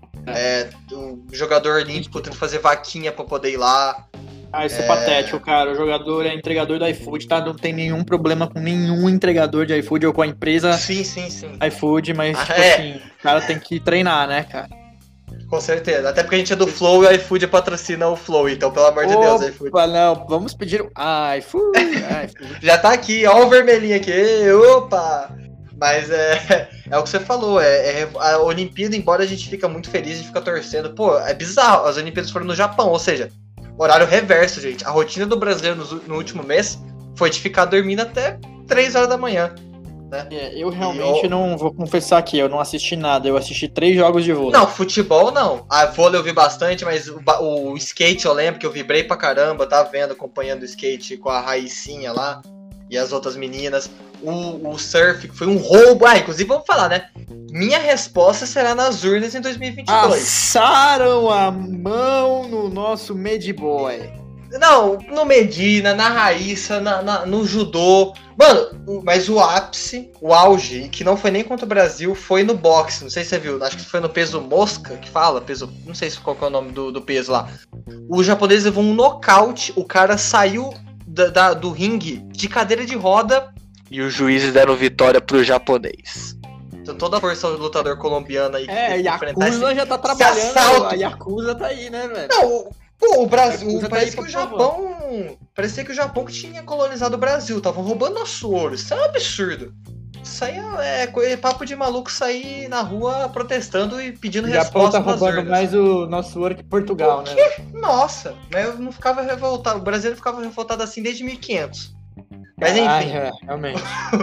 É, o jogador olímpico tendo que fazer vaquinha pra poder ir lá. Ah, isso é... patético, cara. O jogador é entregador do iFood, tá? Não tem nenhum problema com nenhum entregador de iFood ou com a empresa Sim, sim, sim. iFood, mas, Ah, tipo é. assim, o cara tem que treinar, né, cara? Com certeza. Até porque a gente é do Flow e o iFood patrocina o Flow, então, pelo amor de Opa, Deus, iFood. não, vamos pedir o iFood. iFood. Já tá aqui, ó o vermelhinho aqui. Opa! Mas é, é o que você falou, é, é a Olimpíada, embora a gente fica muito feliz, a gente fica torcendo. Pô, é bizarro, as Olimpíadas foram no Japão, ou seja, horário reverso, gente. A rotina do brasileiro no, no último mês foi de ficar dormindo até três horas da manhã. Né? É, eu realmente eu... não vou confessar aqui, eu não assisti nada, eu assisti três jogos de vôlei. Não, futebol não. A vôlei eu vi bastante, mas o, o skate eu lembro que eu vibrei pra caramba, tava vendo, acompanhando o skate com a Raicinha lá e as outras meninas. O, o surf foi um roubo. Ah, inclusive vamos falar, né? Minha resposta será nas urnas em dois mil e vinte e dois. Passaram a mão no nosso Medboy. Não, no Medina, na Raíssa, na, na, no judô. Mano, mas o ápice, o auge, que não foi nem contra o Brasil, foi no boxe. Não sei se você viu, acho que foi no peso mosca, que fala, peso. Não sei qual que é o nome do, do peso lá. O japonês levou um nocaute, o cara saiu da, da, do ringue de cadeira de roda e os juízes deram vitória pro japonês. Então toda a força do lutador colombiano aí que É, que Yakuza já tá trabalhando. A Yakuza tá aí, né, velho? Não, pô, o Brasil, tá parece que o Japão, parecia que o Japão que tinha colonizado o Brasil, estavam roubando nosso ouro, isso é um absurdo. Isso aí é, é, é papo de maluco sair na rua protestando e pedindo resposta. O Japão tá roubando mais o nosso ouro que Portugal, né? Nossa, mas eu não ficava revoltado, o Brasil não ficava revoltado assim desde mil e quinhentos. Mas enfim. Ah, é, realmente.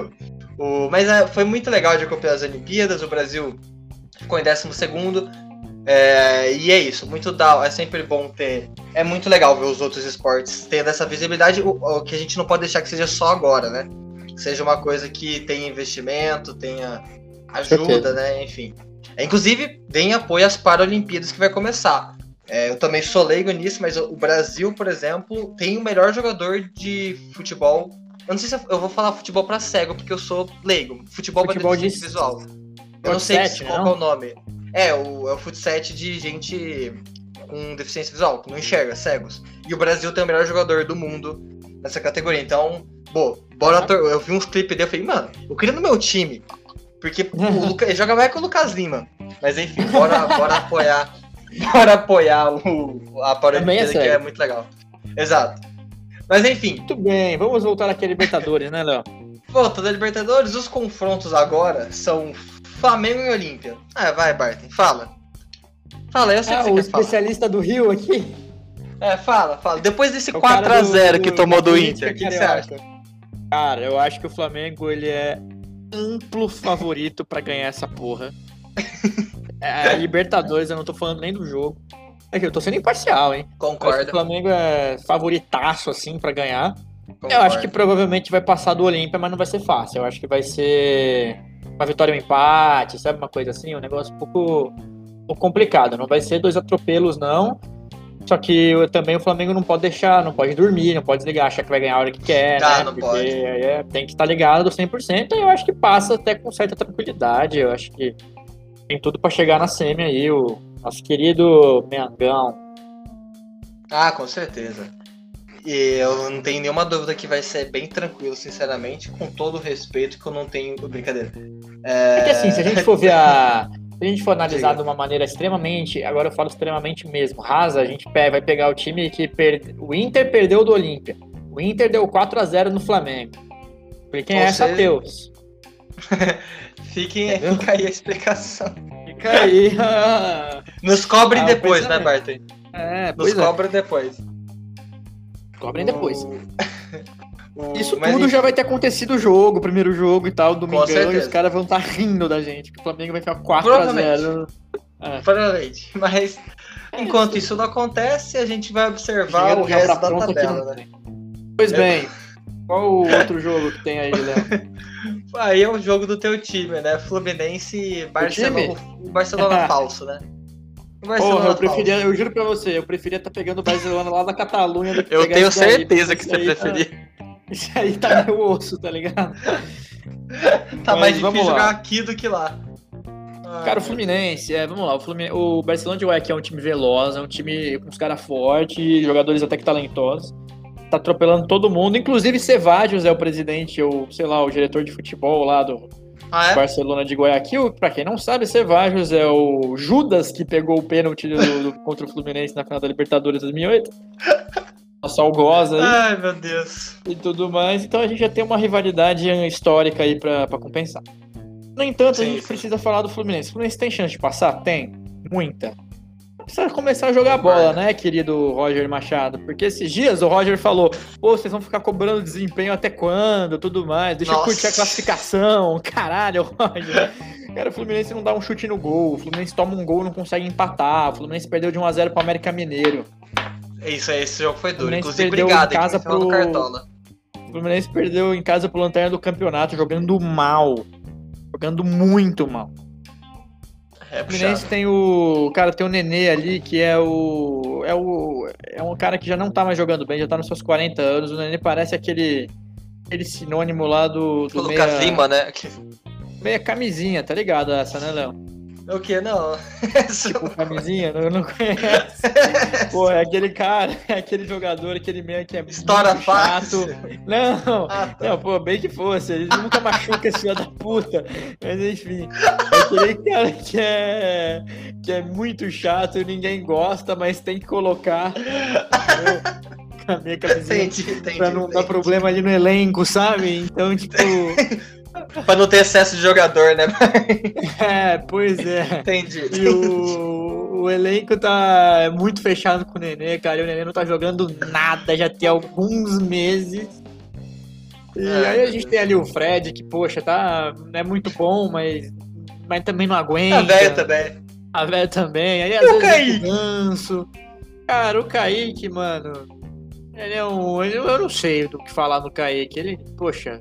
o, mas é, foi muito legal de acompanhar as Olimpíadas, o Brasil ficou em décimo segundo. É, e é isso, muito da, é sempre bom ter. É muito legal ver os outros esportes tendo essa visibilidade, o, o que a gente não pode deixar que seja só agora, né? Que seja uma coisa que tenha investimento, tenha ajuda, né? Enfim. É, inclusive, deem apoio às Paralimpíadas que vai começar. É, eu também sou leigo nisso, mas o Brasil, por exemplo, tem o melhor jogador de futebol. Eu não sei se eu vou falar futebol pra cego, porque eu sou leigo. Futebol, futebol pra deficiência de... visual. Eu não sei se, qual é o nome. É, o, é o futsal de gente com deficiência visual, que não enxerga, cegos. E o Brasil tem o melhor jogador do mundo nessa categoria. Então, bom, bora. Tor- eu vi uns clipes dele e falei, mano, eu queria no meu time. Porque o Luca, ele joga mais com o Lucas Lima. Mas enfim, bora, bora apoiar. Bora apoiar o, a Paralimpíada, que é muito legal. Exato. Mas enfim. Muito bem, vamos voltar aqui a Libertadores, né, Léo? Volta da Libertadores, os confrontos agora são Flamengo e Olímpia. Ah, vai, Barton, fala. Fala, eu sei ah, que você o quer especialista falar. do Rio aqui. É, fala, fala. Depois desse quatro a zero que tomou do, do Inter, o que, que você acha? Cara, eu acho que o Flamengo, ele é amplo favorito pra ganhar essa porra. É, a Libertadores, eu não tô falando nem do jogo. É que eu tô sendo imparcial, hein? Concordo. O Flamengo é favoritaço, assim, pra ganhar. Concordo. Eu acho que provavelmente vai passar do Olímpia, mas não vai ser fácil. Eu acho que vai ser uma vitória e um empate, sabe? Uma coisa assim, um negócio um pouco, um pouco complicado. Não vai ser dois atropelos, não. Só que eu, também o Flamengo não pode deixar, não pode dormir, não pode desligar, achar que vai ganhar a hora que quer, tá, né? Não Porque pode. É, tem que estar ligado cem por cento e eu acho que passa até com certa tranquilidade. Eu acho que tem tudo pra chegar na semi aí, o nosso querido Mengão. Ah, com certeza. E eu não tenho nenhuma dúvida que vai ser bem tranquilo, sinceramente, com todo o respeito que eu não tenho. Brincadeira. É... Porque assim, se a gente for ver a. Se a gente for analisar Sim. de uma maneira extremamente, agora eu falo extremamente mesmo, rasa, a gente vai pegar o time que perde. O Inter perdeu do Olímpia. O Inter deu quatro a zero no Flamengo. Porque quem é essa Deus? Fiquem, fica aí a explicação. Fica aí. Nos cobrem ah, depois, né, Barton? É, Nos pois cobrem é. depois. Cobrem depois. O... Isso mas, tudo enfim, já vai ter acontecido o jogo, o primeiro jogo e tal, domingão, e certeza. os caras vão estar tá rindo da gente, que o Flamengo vai ficar quatro a zero. É. Provavelmente. Mas enquanto isso não acontece, a gente vai observar o resto da tabela, né? Pois bem, qual o outro jogo que tem aí, Léo? Aí é o jogo do teu time, né? Fluminense e Barcelona. O Barcelona falso, né? O Barcelona Porra, eu preferia, falso. Eu juro pra você, eu preferia estar tá pegando o Barcelona lá da Catalunha do que Eu pegar tenho esse daí, certeza que você aí, preferia. Tá, isso aí tá meu osso, tá ligado? Tá Mas mais vamos difícil lá. jogar aqui do que lá. Ai, Cara, o Fluminense, é, vamos lá, o, Fluminense, o Barcelona de Guayaquil é um time veloz, é um time com os caras fortes, jogadores até que talentosos. Tá atropelando todo mundo, inclusive Cevallos é o presidente, ou sei lá, o diretor de futebol lá do ah, é? Barcelona de Guayaquil. Pra quem não sabe, Cevallos é o Judas que pegou o pênalti do, do, contra o Fluminense na final da Libertadores dois mil e oito. Nosso algoz aí. Ai, meu Deus. E tudo mais, então a gente já tem uma rivalidade histórica aí pra, pra compensar. No entanto, sim, a gente sim. precisa falar do Fluminense. O Fluminense tem chance de passar? Tem. Muita. Precisa começar a jogar bola, né, querido Roger Machado? Porque esses dias o Roger falou, pô, vocês vão ficar cobrando desempenho até quando? Tudo mais. Deixa Nossa. eu curtir a classificação. Caralho, Roger. Cara, o Fluminense não dá um chute no gol. O Fluminense toma um gol e não consegue empatar. O Fluminense perdeu de um a zero pro América Mineiro. Isso aí, esse jogo foi duro. Inclusive, obrigado, em casa pro... Cartola. O Fluminense perdeu em casa pro Lanterna do Campeonato, jogando mal. Jogando muito mal. É o Fluminense tem o... Cara, tem o Nenê ali, que é o... É o... É um cara que já não tá mais jogando bem, já tá nos seus quarenta anos. O Nenê parece aquele... Aquele sinônimo lá do... do o Lucas meia... Lima, né? Meia camisinha, tá ligado essa, né, Léo? O que? Não. Tipo, camisinha? Eu não conheço. Pô, é aquele cara, é aquele jogador, aquele meio que é Estoura muito chato. Fácil. Não, ah, tá. não, pô, bem que fosse. Ele nunca machuca esse filho da puta. Mas enfim, é aquele cara que é, que é muito chato e ninguém gosta, mas tem que colocar a minha camisinha entendi, entendi, pra não entendi. dar problema ali no elenco, sabe? Então, tipo... Pra não ter excesso de jogador, né? É, pois é. Entendi. E o, o elenco tá muito fechado com o Nenê, cara. E o Nenê não tá jogando nada já tem alguns meses. E é, aí a gente tem ali o Fred, que, poxa, tá, é muito bom, mas, mas também não aguenta. A velha também. A velha também. Aí às e vezes o Ganso. Cara, o Kaique, mano, ele é um... Eu não sei do que falar no Kaique. Ele, poxa...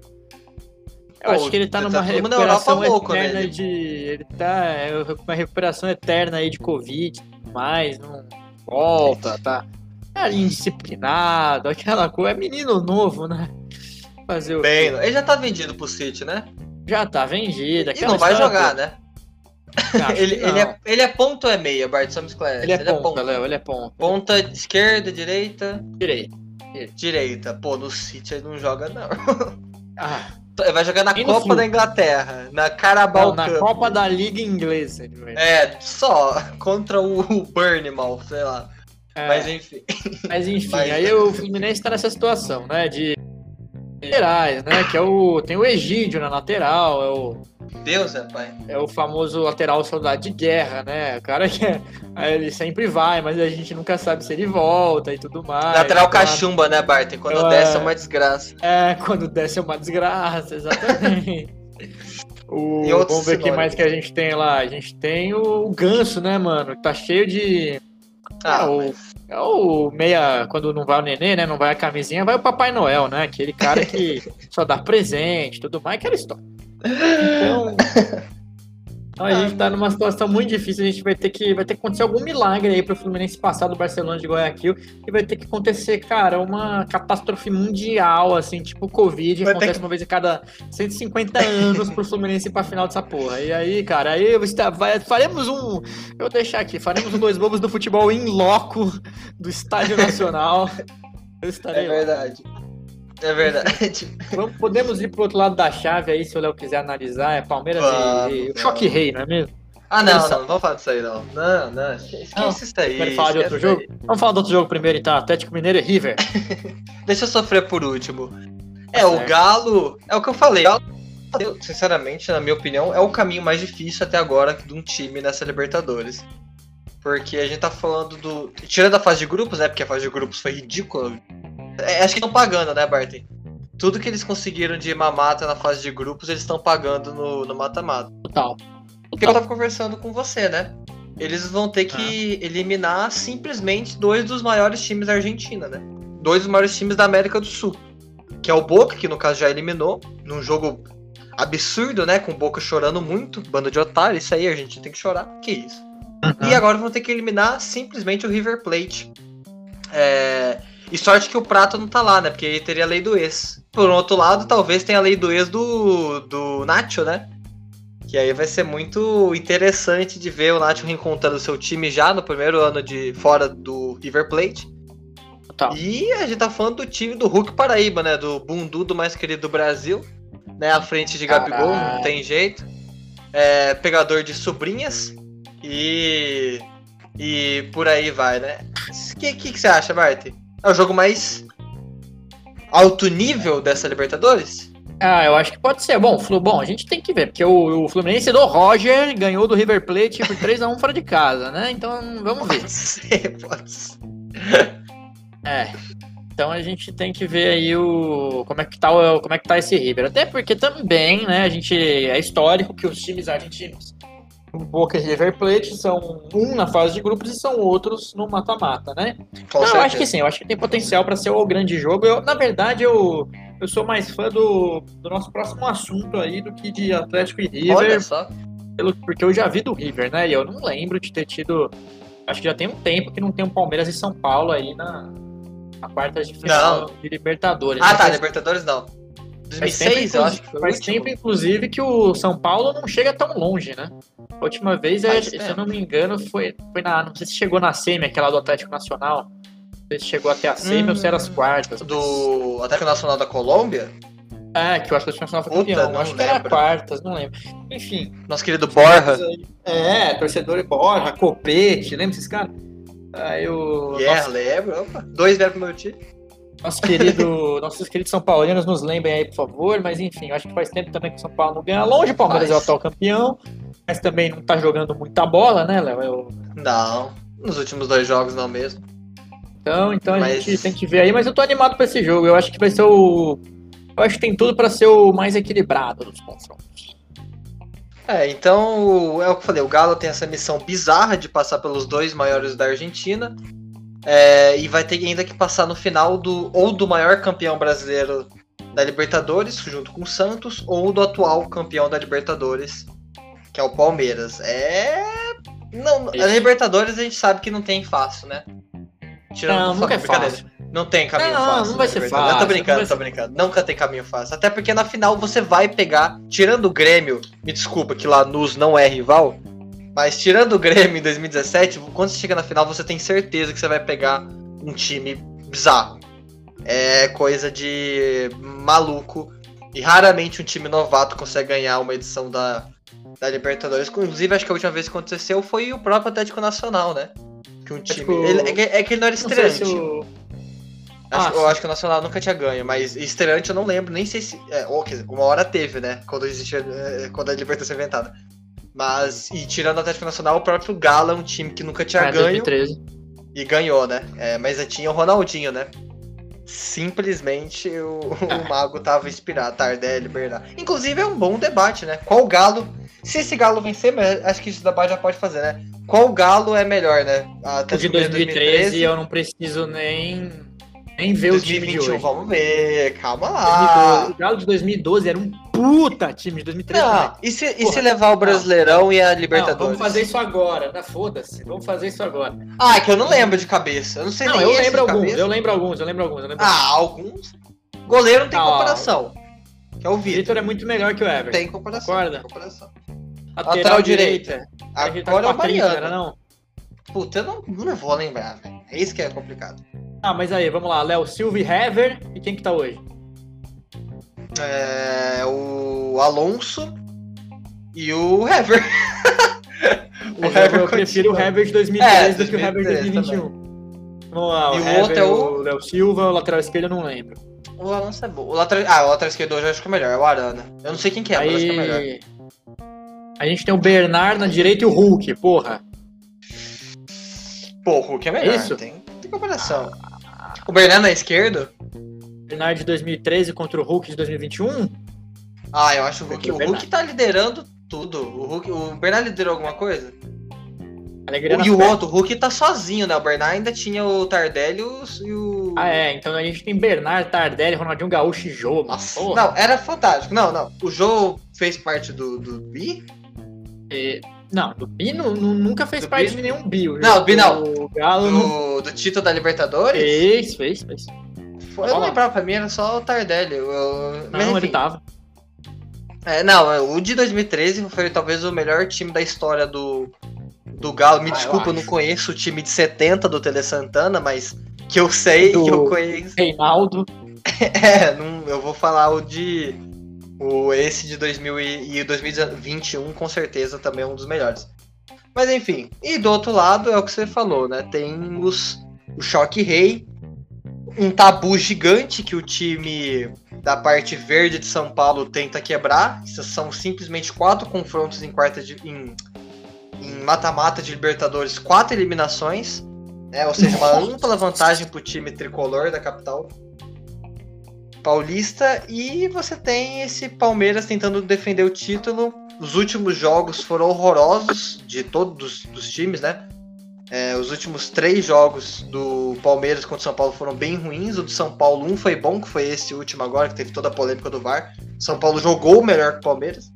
Eu Pô, acho que ele tá numa tá recuperação louco, eterna né? de... Ele tá é uma recuperação eterna aí de Covid, mas não volta, tá, tá indisciplinado, aquela coisa. É menino novo, né? Fazer o Bem, ele já tá vendido pro City, né? Já tá vendido. E não vai jogar, né? ele, ele, é, ele é ponto ou é meia, Bart? Só me esclarece. Ele é ele ponta, é Léo, ele é ponta. Ponta esquerda, direita? Direita. Direita. Pô, no City ele não joga, não. Ah... Vai jogar na Copa fio. da Inglaterra, na Carabao Cup. Na Copa da Liga Inglesa. É, só contra o Bournemouth, sei lá. É, mas enfim. Mas enfim, mas... aí o Fluminense tá nessa situação, né, de laterais, né, que é o... Tem o Egídio na lateral, é o... Deus, é pai. É o famoso lateral soldado de guerra, né, o cara que é... ele sempre vai, mas a gente nunca sabe se ele volta e tudo mais. Lateral cachumba, né, Barton? Quando então, desce é uma desgraça. É, quando desce é uma desgraça, exatamente. o... Vamos ver o que mais que a gente tem lá. A gente tem o Ganso, né, mano? Tá cheio de... Ah, é, o... Mas... é o meia... Quando não vai o Nenê, né, não vai a camisinha, vai o Papai Noel, né? Aquele cara que só dá presente tudo mais, aquela história. Então... Então a gente tá numa situação muito difícil, a gente vai ter que, vai ter que acontecer algum milagre aí pro Fluminense passar do Barcelona de Guayaquil e vai ter que acontecer, cara, uma catástrofe mundial, assim, tipo o Covid, vai acontece que... uma vez a cada cento e cinquenta anos pro Fluminense ir pra final dessa porra. E aí, cara, aí vai, faremos um, eu vou deixar aqui, faremos um Dois Bobos do Futebol in loco do Estádio Nacional. Eu estarei É verdade. Lá. É verdade. Vamos, podemos ir pro outro lado da chave aí, se o Léo quiser analisar. É Palmeiras vamos, e, e o Choque Rei, não é mesmo? Ah, não, não, não vamos falar disso aí, não. Não, não, esquece não, isso aí. Quero falar de outro jogo? Aí. Vamos falar do outro jogo primeiro, então. Atlético Mineiro e River. Deixa eu sofrer por último. É, certo. O Galo... É o que eu falei. O Galo, sinceramente, na minha opinião, é o caminho mais difícil até agora de um time nessa Libertadores. Porque a gente tá falando do... Tirando a fase de grupos, né? Porque a fase de grupos foi ridícula. É, acho que estão pagando, né, Barton? tudo que eles conseguiram de mata na fase de grupos, eles estão pagando no, no mata-mata. Total. Porque eu tava conversando com você, né? Eles vão ter que ah. eliminar simplesmente dois dos maiores times da Argentina, né? Dois dos maiores times da América do Sul. Que é o Boca, que no caso já eliminou, num jogo absurdo, né? Com o Boca chorando muito, bando de otário, isso aí a gente tem que chorar, que isso. Uhum. E agora vão ter que eliminar simplesmente o River Plate. É... E sorte que o Prato não tá lá, né? Porque aí teria a lei do ex. Por outro lado, talvez tenha a lei do ex do, do Nacho, né? Que aí vai ser muito interessante de ver o Nacho reencontrando o seu time já no primeiro ano de fora do River Plate. Tá. E a gente tá falando do time do Hulk Paraíba, né? Do bundudo mais querido do Brasil. Né? À frente de Gabigol, Caralho. Não tem jeito. É, pegador de sobrinhas. E... E por aí vai, né? O que, que, que você acha, Bart? É o jogo mais alto nível dessa Libertadores? Ah, eu acho que pode ser. Bom, bom a gente tem que ver, porque o, o Fluminense do Roger ganhou do River Plate por três a um fora de casa, né? Então, vamos ver. Pode ser, pode ser. É. Então a gente tem que ver aí o como é que tá, o, como é que tá esse River. Até porque também, né, a gente é histórico que os times argentinos, o Boca e River Plate, são um na fase de grupos e são outros no mata-mata, né? Então, eu acho que sim, eu acho que tem potencial para ser o grande jogo. Eu, na verdade, eu, eu sou mais fã do, do nosso próximo assunto aí do que de Atlético e River. Olha só. Pelo, porque eu já vi do River, né? E eu não lembro de ter tido. Acho que já tem um tempo que não tem um Palmeiras e São Paulo aí na, na quarta de final não. de Libertadores. Ah, né? tá, Faz, Libertadores não. dois mil e seis, faz tempo, eu acho que foi Faz tempo, inclusive, que o São Paulo não chega tão longe, né? A última vez, é, se eu não me engano, foi, foi na. Não sei se chegou na semi, aquela do Atlético Nacional. Não sei se chegou até a semi hum, ou se era as quartas. Do mas... Atlético Nacional da Colômbia? É, que o Atlético Nacional foi campeão. Puta, acho lembro. que era quartas, não lembro. Enfim. Nosso querido Borja. É, torcedor de Borja, Copete, lembra esses caras? Aí o. Yeah, nosso... lembro. Opa, dois vieram pro meu time. Nosso querido, nossos queridos São Paulinos nos lembrem aí, por favor. Mas enfim, eu acho que faz tempo também que o São Paulo não ganha. Longe, o Palmeiras mas... é o atual campeão. Mas também não tá jogando muita bola, né, Léo? Eu... Não, nos últimos dois jogos não mesmo. Então, então mas... a gente tem que ver aí. Mas eu tô animado pra esse jogo. Eu acho que vai ser o... Eu acho que tem tudo pra ser o mais equilibrado dos confrontos. É, então, é o que eu falei. O Galo tem essa missão bizarra de passar pelos dois maiores da Argentina. É, e vai ter ainda que passar no final do ou do maior campeão brasileiro da Libertadores, junto com o Santos, ou do atual campeão da Libertadores, que é o Palmeiras. É... Não, a Libertadores a gente sabe que não tem fácil, né? Tirando não, nunca é fácil. Não tem caminho não, fácil. Não vai ser fácil. Eu tô brincando, tô brincando. Nunca tem caminho fácil. Até porque na final você vai pegar, tirando o Grêmio, me desculpa que Lanús não é rival, mas tirando o Grêmio em dois mil e dezessete, quando você chega na final você tem certeza que você vai pegar um time bizarro. É coisa de maluco. E raramente um time novato consegue ganhar uma edição da, da Libertadores. Inclusive, acho que a última vez que aconteceu foi o próprio Atlético Nacional, né? Que um time. Tipo, ele, é, é que ele não era estreante. Não se eu... Acho, ah, eu acho que o Nacional nunca tinha ganho, mas estreante eu não lembro, nem sei se. É, ou, quer dizer, uma hora teve, né? Quando existia. Quando a Libertadores foi inventada. Mas, e tirando o Atlético Nacional, o próprio Galo é um time que nunca tinha é, ganho. dois mil e treze. E ganhou, né? É, mas tinha o Ronaldinho, né? Simplesmente o, ah. o Mago tava inspirado, Tardelli, Bernard. Inclusive é um bom debate, né? Qual Galo. Se esse Galo vencer, mas acho que esse debate já pode fazer, né? Qual Galo é melhor, né? O de dois mil e treze eu não preciso nem. Nem ver dois mil e vinte e um, o time de hoje. Vamos ver, calma lá. O Galo de dois mil e doze era um puta time de dois mil e treze. Não, e se, e se levar o Brasileirão não, e a Libertadores? Não, vamos fazer isso agora, né? Foda-se, vamos fazer isso agora. Ah, é que eu não lembro de cabeça. Eu não sei não, nem eu lembro alguns, cabeça. eu lembro alguns, eu lembro alguns, eu lembro Ah, alguns? Goleiro não tem ah, comparação. Que é o Vitor. Vitor é muito melhor que o Everton. Tem comparação. Concorda? Tem comparação. Lateral, Lateral direita. Agora é o Mariano. Era, não? Puta, eu não, não vou lembrar, velho. É isso que é complicado. Ah, mas aí, vamos lá. Léo Silva e Hever. E quem que tá hoje? É... O Alonso e o Hever. o Hever eu prefiro o Hever de dois mil e treze é, do que o Hever de dois mil e vinte e um. Também. Vamos lá, o, e o Hever, outro é o Léo Silva, o lateral esquerdo eu não lembro. O Alonso é bom. O lateral... Ah, o lateral esquerdo hoje eu acho que é melhor, é o Arana. Eu não sei quem que é, aí... mas acho que é melhor. A gente tem o Bernard na direita e o Hulk, porra. Pô, o Hulk é melhor. Isso? Tem, tem comparação. O Bernard na esquerda? Bernard de dois mil e treze contra o Hulk de dois mil e vinte e um? Ah, eu acho o Hulk. Porque O Hulk tá liderando tudo. O, Hulk, o Bernard liderou alguma coisa? Alegria nas E o pernas. outro, o Hulk tá sozinho, né? O Bernard ainda tinha o Tardelli e o- e o. Ah, é. Então a gente tem Bernard, Tardelli, Ronaldinho Gaúcho e Jô, mano. Nossa, Porra. não, era fantástico. Não, não. O Jô fez parte do, do Bi? E- Não, do Bi nu- nu- nunca fez Do parte Bi? de nenhum Bi. O Não, Bi não. O Galo não Do, do título da Libertadores? fez, fez, fez. Foi, eu não lembrava, pra mim era só o Tardelli. Eu, eu- mas Não, enfim. ele tava. É, não, o de dois mil e treze foi talvez o melhor time da história do, do Galo. Me Ah, eu desculpa, eu, não acho. conheço o time de setenta do Tele Santana, mas que eu sei, Do- que eu conheço. Reinaldo. É, não, eu vou falar o de. O, esse de dois mil e dois mil e vinte e um, com certeza, também é um dos melhores. Mas enfim, e do outro lado é o que você falou, né? Tem os, o Choque Rei, um tabu gigante que o time da parte verde de São Paulo tenta quebrar. Isso são simplesmente quatro confrontos em quarta de, em, em mata-mata de Libertadores, quatro eliminações, né? Ou seja, uma ampla vantagem para o time tricolor da capital paulista. E você tem esse Palmeiras tentando defender o título. Os últimos jogos foram horrorosos de todos os times, né? É, os últimos três jogos do Palmeiras contra o São Paulo foram bem ruins. O do São Paulo, um foi bom, que foi esse último agora, que teve toda a polêmica do V A R. São Paulo jogou melhor que o Palmeiras.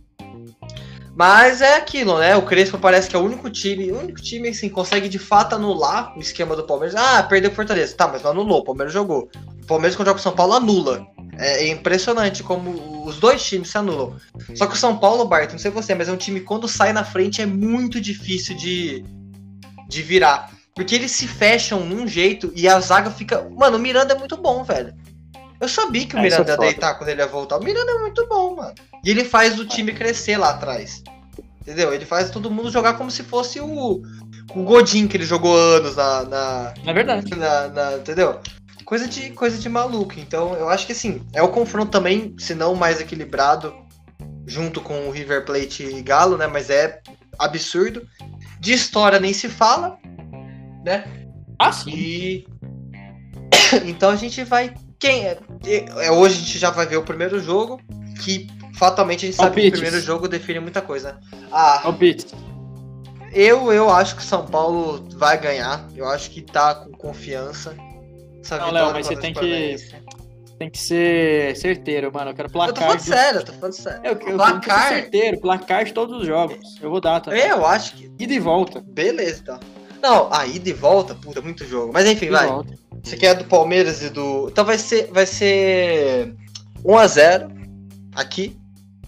Mas é aquilo, né? O Crespo parece que é o único time, o único time assim, consegue de fato anular o esquema do Palmeiras. Ah, perdeu o Fortaleza. Tá, mas não anulou, o Palmeiras jogou. O Palmeiras, quando joga com o São Paulo, anula. É impressionante como os dois times se anulam. Só que o São Paulo, Bart, não sei você, mas é um time que quando sai na frente é muito difícil de, de virar. Porque eles se fecham num jeito e a zaga fica... Mano, o Miranda é muito bom, velho. Eu sabia que o É, isso Miranda é ia foda. deitar quando ele ia voltar. O Miranda é muito bom, mano. E ele faz o time crescer lá atrás. Entendeu? Ele faz todo mundo jogar como se fosse o, o Godin, que ele jogou anos na... na, É verdade. na, na- entendeu? Coisa de, coisa de maluco. Então, eu acho que assim, é o confronto também, se não mais equilibrado, junto com o River Plate e Galo, né? Mas é absurdo. De história nem se fala, né? Ah, sim. E então a gente vai. Quem é? é- Hoje a gente já vai ver o primeiro jogo, que fatalmente a gente sabe que o Palpites. primeiro jogo define muita coisa, né? Ah, Palpite. eu, eu acho que o São Paulo vai ganhar. Eu acho que tá com confiança. Essa Não, vitória Léo, mas você contra tem o que, Sport tem que ser certeiro, mano. Eu quero Eu tô placar. falando de- sério, eu tô falando sério. Eu, eu tenho que ser Placar, certeiro, placar de todos os jogos. Eu vou dar, tá? eu acho que. Ida e volta. Beleza, então. Não, a ida e volta, puta, muito jogo. Mas enfim, Ida e vai. volta. Você quer do Palmeiras e do. Então vai ser. Vai ser. um a zero aqui.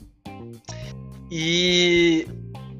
E.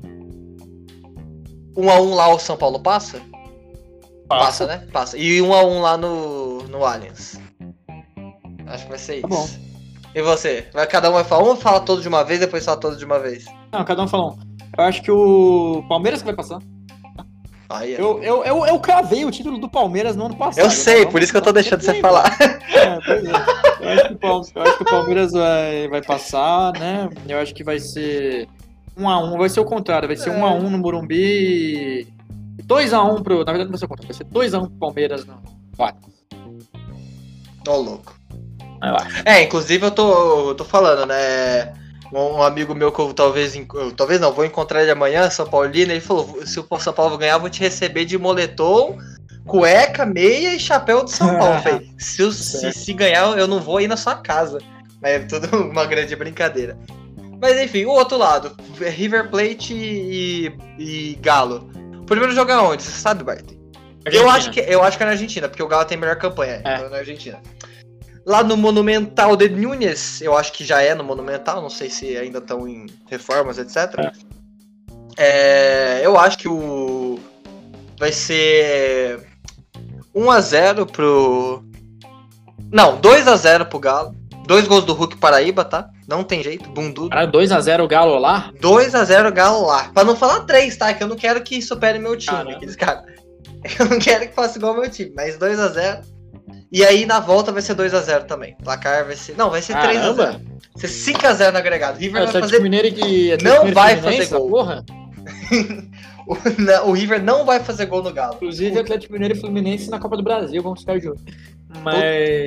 um a um lá o São Paulo passa? Passa, né? Passa. E um a um lá no, no Allianz. Acho que vai ser isso. Tá bom. E você? Vai, cada um vai falar. Um vai falar todo de uma vez, depois fala todo de uma vez. Não, cada um falou um. Eu acho que o Palmeiras que vai passar. Aí, é. Eu, eu, eu, eu cravei o título do Palmeiras no ano passado. Eu sei, né? por isso que eu tô Vamos- deixando você vamos falar. É, pois é. Eu acho que o Palmeiras, eu acho que o Palmeiras vai, vai passar, né? Eu acho que vai ser um a um, vai ser o contrário, vai ser É. um a um no Morumbi e dois a um pro. Na verdade, não vai ser o contrário, vai ser dois a um pro Palmeiras no. Vai. Ô, louco. Eu acho. É, inclusive eu tô, eu tô falando, né? Um amigo meu que eu talvez, en- eu, talvez não, vou encontrar ele amanhã, São Paulino, ele falou: se o São Paulo ganhar, eu vou te receber de moletom, cueca, meia e chapéu de São Paulo. Eu falei, se, eu- se, se ganhar, eu não vou ir na sua casa. Mas é tudo uma grande brincadeira. Mas enfim, o outro lado, River Plate e, e Galo. O primeiro jogo é onde? Você sabe, Bart? Eu acho, que, eu acho que é na Argentina, porque o Galo tem a melhor campanha, É. então é na Argentina. Lá no Monumental de Núñez, eu acho que já é no Monumental, não sei se ainda estão em reformas, etcétera. É, eu acho que o vai ser um a zero pro... Não, dois a zero pro Galo. Dois gols do Hulk Paraíba, tá? Não tem jeito, bundudo. Cara, dois a zero o Galo lá. dois a zero Galo lá. Pra não falar três, tá? Que eu não quero que supere meu time, Caramba. aqueles caras. Eu não quero que faça igual meu time, mas dois a zero. E aí na volta vai ser dois a zero também. O placar vai ser. Não, vai ser três a zero. Caramba! Vai ser cinco a zero no agregado. River É, vai Atlético fazer. Mineiro que Atlético Não Mineiro vai Fluminense, fazer gol. Porra. o, não, o River não vai fazer gol no Galo. Inclusive Atlético Mineiro e Fluminense na Copa do Brasil, vamos ficar de olho. Mas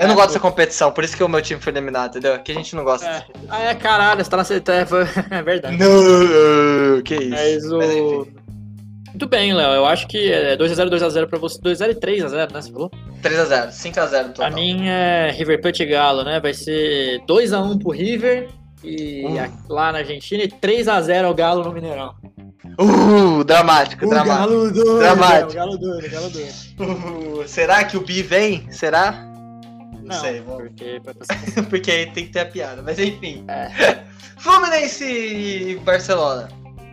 Eu não É, gosto pô. dessa competição, por isso que o meu time foi eliminado, entendeu? Que a gente não gosta. É. Ah, é caralho, você tá na certeza. É verdade. Não, que isso. Mas o. Mas enfim, Muito bem, Léo. Eu acho que é dois a zero, dois a zero pra você. dois a zero e três a zero, né? Você falou? três a zero, cinco a zero no Pra total. mim é River Plate e Galo, né? Vai ser dois a um pro River e Uh. a- lá na Argentina e três a zero ao Galo no Mineirão. Uh, dramático, dramático. Galo doido, Dramático. é, o Galo doido, o Galo doido. Uh, será que o Bi vem? Será? Não, Não, sei, vamos. porque pra você- Porque aí tem que ter a piada, mas enfim. É. Fluminense e Barcelona.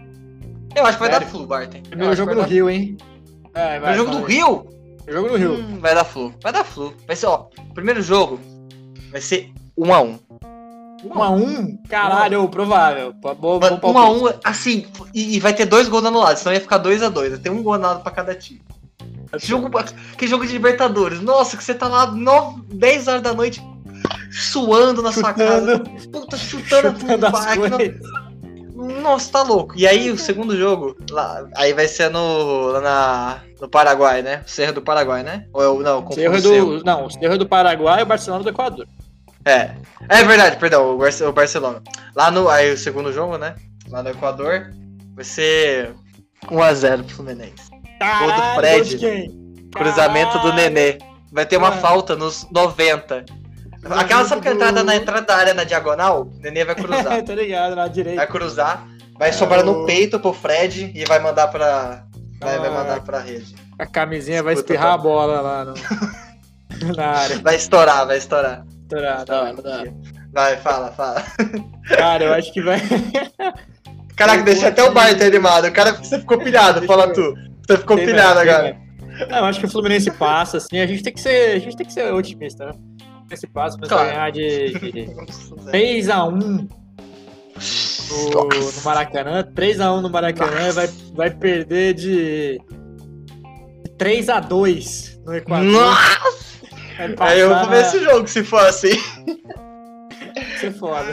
Eu acho que vai Sério? dar Flu, Barton. Eu Primeiro acho jogo que no vai dar- Rio, hein? É, vai, Primeiro jogo do vai. Rio? Jogo no Rio. Hum, vai dar Flu. Vai dar Flu. Vai ser, ó, primeiro jogo vai ser um a um. um a um? Caralho, provável. Pô, Bom, Mano, bom um a palpite. um, assim, e, e vai ter dois gols anulados, senão ia ficar dois a dois. Tem um gol anulado pra cada time. Jogo, que jogo de Libertadores. Nossa, que você tá lá nove, dez horas da noite suando na sua casa. Chutando, Puta, chutando, chutando as a coisas. Nossa, tá louco. E aí, o segundo jogo, lá, aí vai ser no, lá na, no Paraguai, né? Cerro do Paraguai, né? Ou eu, não, confundo Cerro é o Cerro. do, não, o Cerro é do Paraguai e o Barcelona do Equador. É. É verdade, perdão, o, Barce- o Barcelona. Lá no, aí o segundo jogo, né? Lá no Equador, vai ser um a zero pro Fluminense. Caralho, Gol do Fred. gol de quem? Cruzamento do Caralho. Nenê. Vai ter uma Mano. falta nos noventa. Aquela, sabe que a entrada na entrada da área na diagonal? O Nenê vai cruzar. Tá ligado, na direita. Vai cruzar, vai sobrar no peito pro Fred e vai mandar pra. Vai, vai Ah. mandar pra rede. A camisinha vai Escuta, espirrar tá. a bola lá no... na área. Vai estourar, vai estourar. Tá, da hora, da hora. Vai, fala, fala. Cara, eu acho que vai. Caraca, Eu deixa vou até o aqui- Bart animado. O cara, você ficou pilhado, Deixa fala eu- tu. Você ficou Tem, pilhado velho, tem, agora. velho. Não, eu acho que o Fluminense passa, assim. A gente tem que ser, a gente tem que ser otimista, né? O Fluminense passa, mas Claro. vai ganhar de três a um no, no Maracanã. três a um no Maracanã e vai, vai perder de três a dois no Equador. Nossa! Vai passar Aí eu vou ver na- esse jogo se for assim. Vai ser foda.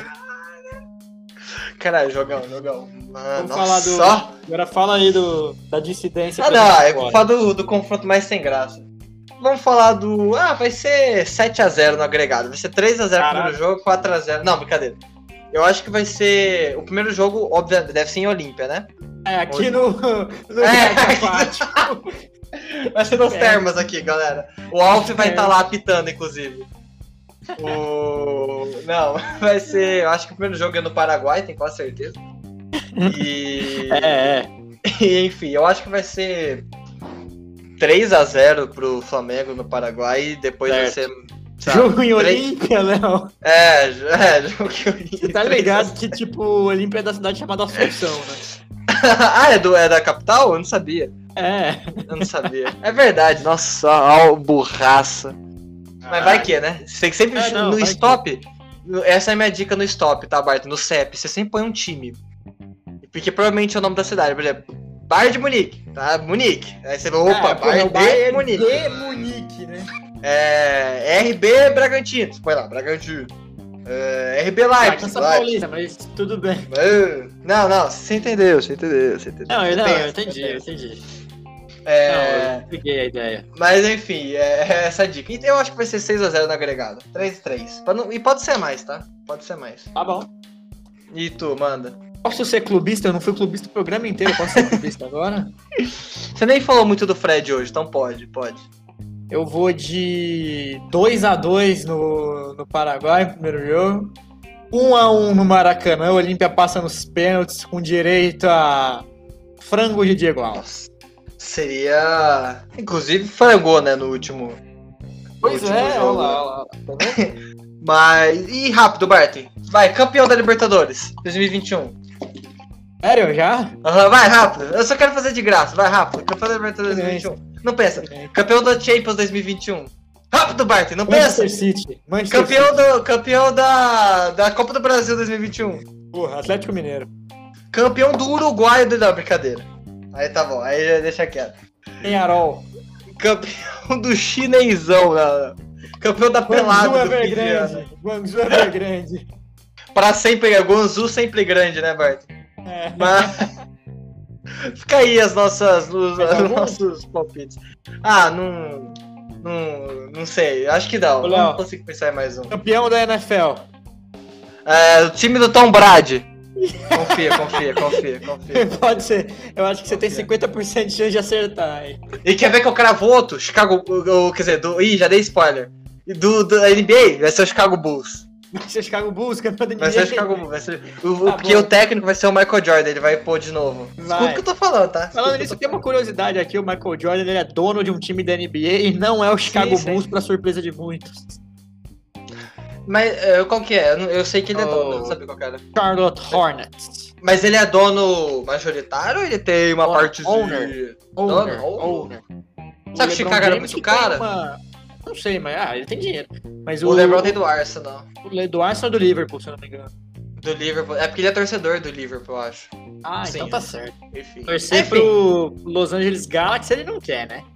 Caralho, jogão, jogão. Mano, Vamos falar do. só. Agora fala aí do, da dissidência. Ah, pra não, gente eu vou fora. falar do, do confronto mais sem graça. Vamos falar do. Ah, vai ser sete a zero no agregado. Vai ser três a zero no Caralho. primeiro jogo, quatro a zero. Não, brincadeira. Eu acho que vai ser. O primeiro jogo, obviamente, deve ser em Olímpia, né? É, aqui no. no É. Aquático. Vai ser nos É. termas aqui, galera. O Alf vai É. estar lá apitando, inclusive. O... Não, vai ser. Eu acho que o primeiro jogo é no Paraguai, tenho quase certeza. E. É, é. E, enfim, eu acho que vai ser três a zero pro Flamengo no Paraguai e depois vai ser. sabe, Jogo em três- Olímpia, Léo. É, jo- é, jogo em Você tá ligado que, tipo, Olímpia é da cidade chamada Assunção, né? Ah, é, do, é da capital? Eu não sabia. É. Eu não sabia. É verdade, nossa, ó, burraça. Mas vai que, né? Você tem que sempre É, não, no vai stop. no- Essa é a minha dica no stop, tá, Bart? No C E P, você sempre põe um time. Porque provavelmente é o nome da cidade. Por exemplo, Bayern de Munique, tá? Munique. Aí você vai, opa, É, porra, Bayern o Bayern de Munique. de Munique, né? É, R B Bragantino. Você põe lá, Bragantino. É, R B Ah, Leipzig. cansa Leipzig. paulista, mas tudo bem. Ah, Não, não, você entendeu, você entendeu, você entendeu. Não, eu, não, Tem eu essa, entendi, tem eu essa. entendi. É, Não, eu peguei a ideia. Mas enfim, é é essa a dica. Então eu acho que vai ser seis a zero no agregado. três a três. Pra não- E pode ser mais, tá? Pode ser mais. Tá bom. E tu, manda? Posso ser clubista? Eu não fui clubista o programa inteiro, posso ser clubista agora? Você nem falou muito do Fred hoje, então pode, pode. Eu vou de dois a dois no, no Paraguai, primeiro jogo. um a um no Maracanã, o Olímpia passa nos pênaltis com direito a frango de Diego Alves. Seria. Inclusive frangou, né, no último. no Pois último é, olha jogo. lá, olha lá. Tá vendo? Mas. E rápido, Bart. Vai, campeão da Libertadores dois mil e vinte e um. Sério, já? Aham, vai, rápido. Eu só quero fazer de graça, vai rápido. Campeão da Libertadores dois mil e vinte e um. Não pensa. Campeão da Champions dois mil e vinte e um. Rápido, Bart, não pensa. Manchester City. Manchester Campeão, City. do, campeão da, da Copa do Brasil dois mil e vinte e um. Porra, Atlético Mineiro. Campeão do Uruguai do. Não, brincadeira. Aí tá bom, aí já deixa quieto. Penharol. Campeão do chinesão, galera. Campeão da pelada Guangzhou do fim de Evergrande. ano. Guangzhou Evergrande. Pra sempre, é Guangzhou sempre grande, né, Bart? É. Mas. Fica aí as nossas. Os, Mais os algum? nossos palpites. Ah, não. Não, não sei, acho que não. Ô, Não Léo. consigo pensar em mais um. Campeão da N F L. É, o time do Tom Brady. Confia, confia, confia, confia. Pode ser. Eu acho que você tem Confia. cinquenta por cento de chance de acertar, hein? E quer ver que eu cravo outro? Chicago. o- o- Quer dizer, do. Ih, já dei spoiler. E Do, do N B A vai ser o Chicago Bulls. Vai ser o Chicago Bulls, campeão da N B A. Vai ser o Chicago Bulls. Vai ser, o, o- Tá porque bom. o técnico vai ser o Michael Jordan, ele vai pôr de novo. Vai. Escuta o que eu tô falando, tá? Escuta Falando o que eu nisso, tô tem uma curiosidade aqui, o Michael Jordan ele é dono de um time da N B A e não é o Chicago Sim, sim. Bulls, pra surpresa de muitos. Mas é, qual que é? Eu, não- eu sei que ele é Oh. dono, eu não sabia qual que era. Charlotte Hornets. Mas ele é dono majoritário ou ele tem uma Owner, parte de. owner. Owner, Dono? owner. Sabe O que o LeBron Chicago era James muito que cara? tem uma- Não sei, mas ah, ele tem dinheiro. Mas O o, LeBron tem do Arsenal. o do Arsenal é do Liverpool, se eu não me engano. Do Liverpool. É porque ele é torcedor do Liverpool, eu acho. Ah, Sim. então tá certo. Enfim. Torcer Enfim. pro Los Angeles Galaxy ele não quer, né?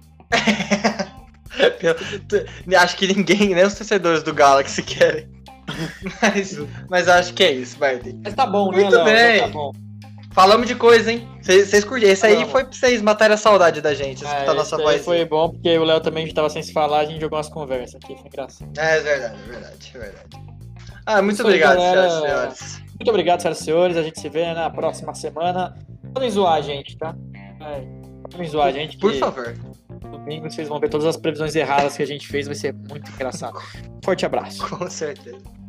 Acho que ninguém, nem os torcedores do Galaxy querem. Mas, mas acho que é isso, Martin. Mas tá bom, Muito né, Léo? bem. Tá bom. Falamos de coisa, hein? Vocês curtiram. Esse aí Falamos. foi pra vocês matarem a saudade da gente, escutar É, a nossa isso aí voz. foi bom, porque o Léo também tava sem se falar, a gente jogou umas conversas aqui, foi engraçado. É, é verdade, é verdade, é verdade. Ah, muito Isso aí, obrigado, galera. senhoras e senhores. Muito obrigado, senhoras e senhores, a gente se vê na próxima semana. Podem zoar a gente, tá? É, podem zoar a gente, Por que favor. domingo vocês vão ver todas as previsões erradas que a gente fez, vai ser muito engraçado. Forte abraço. Com certeza.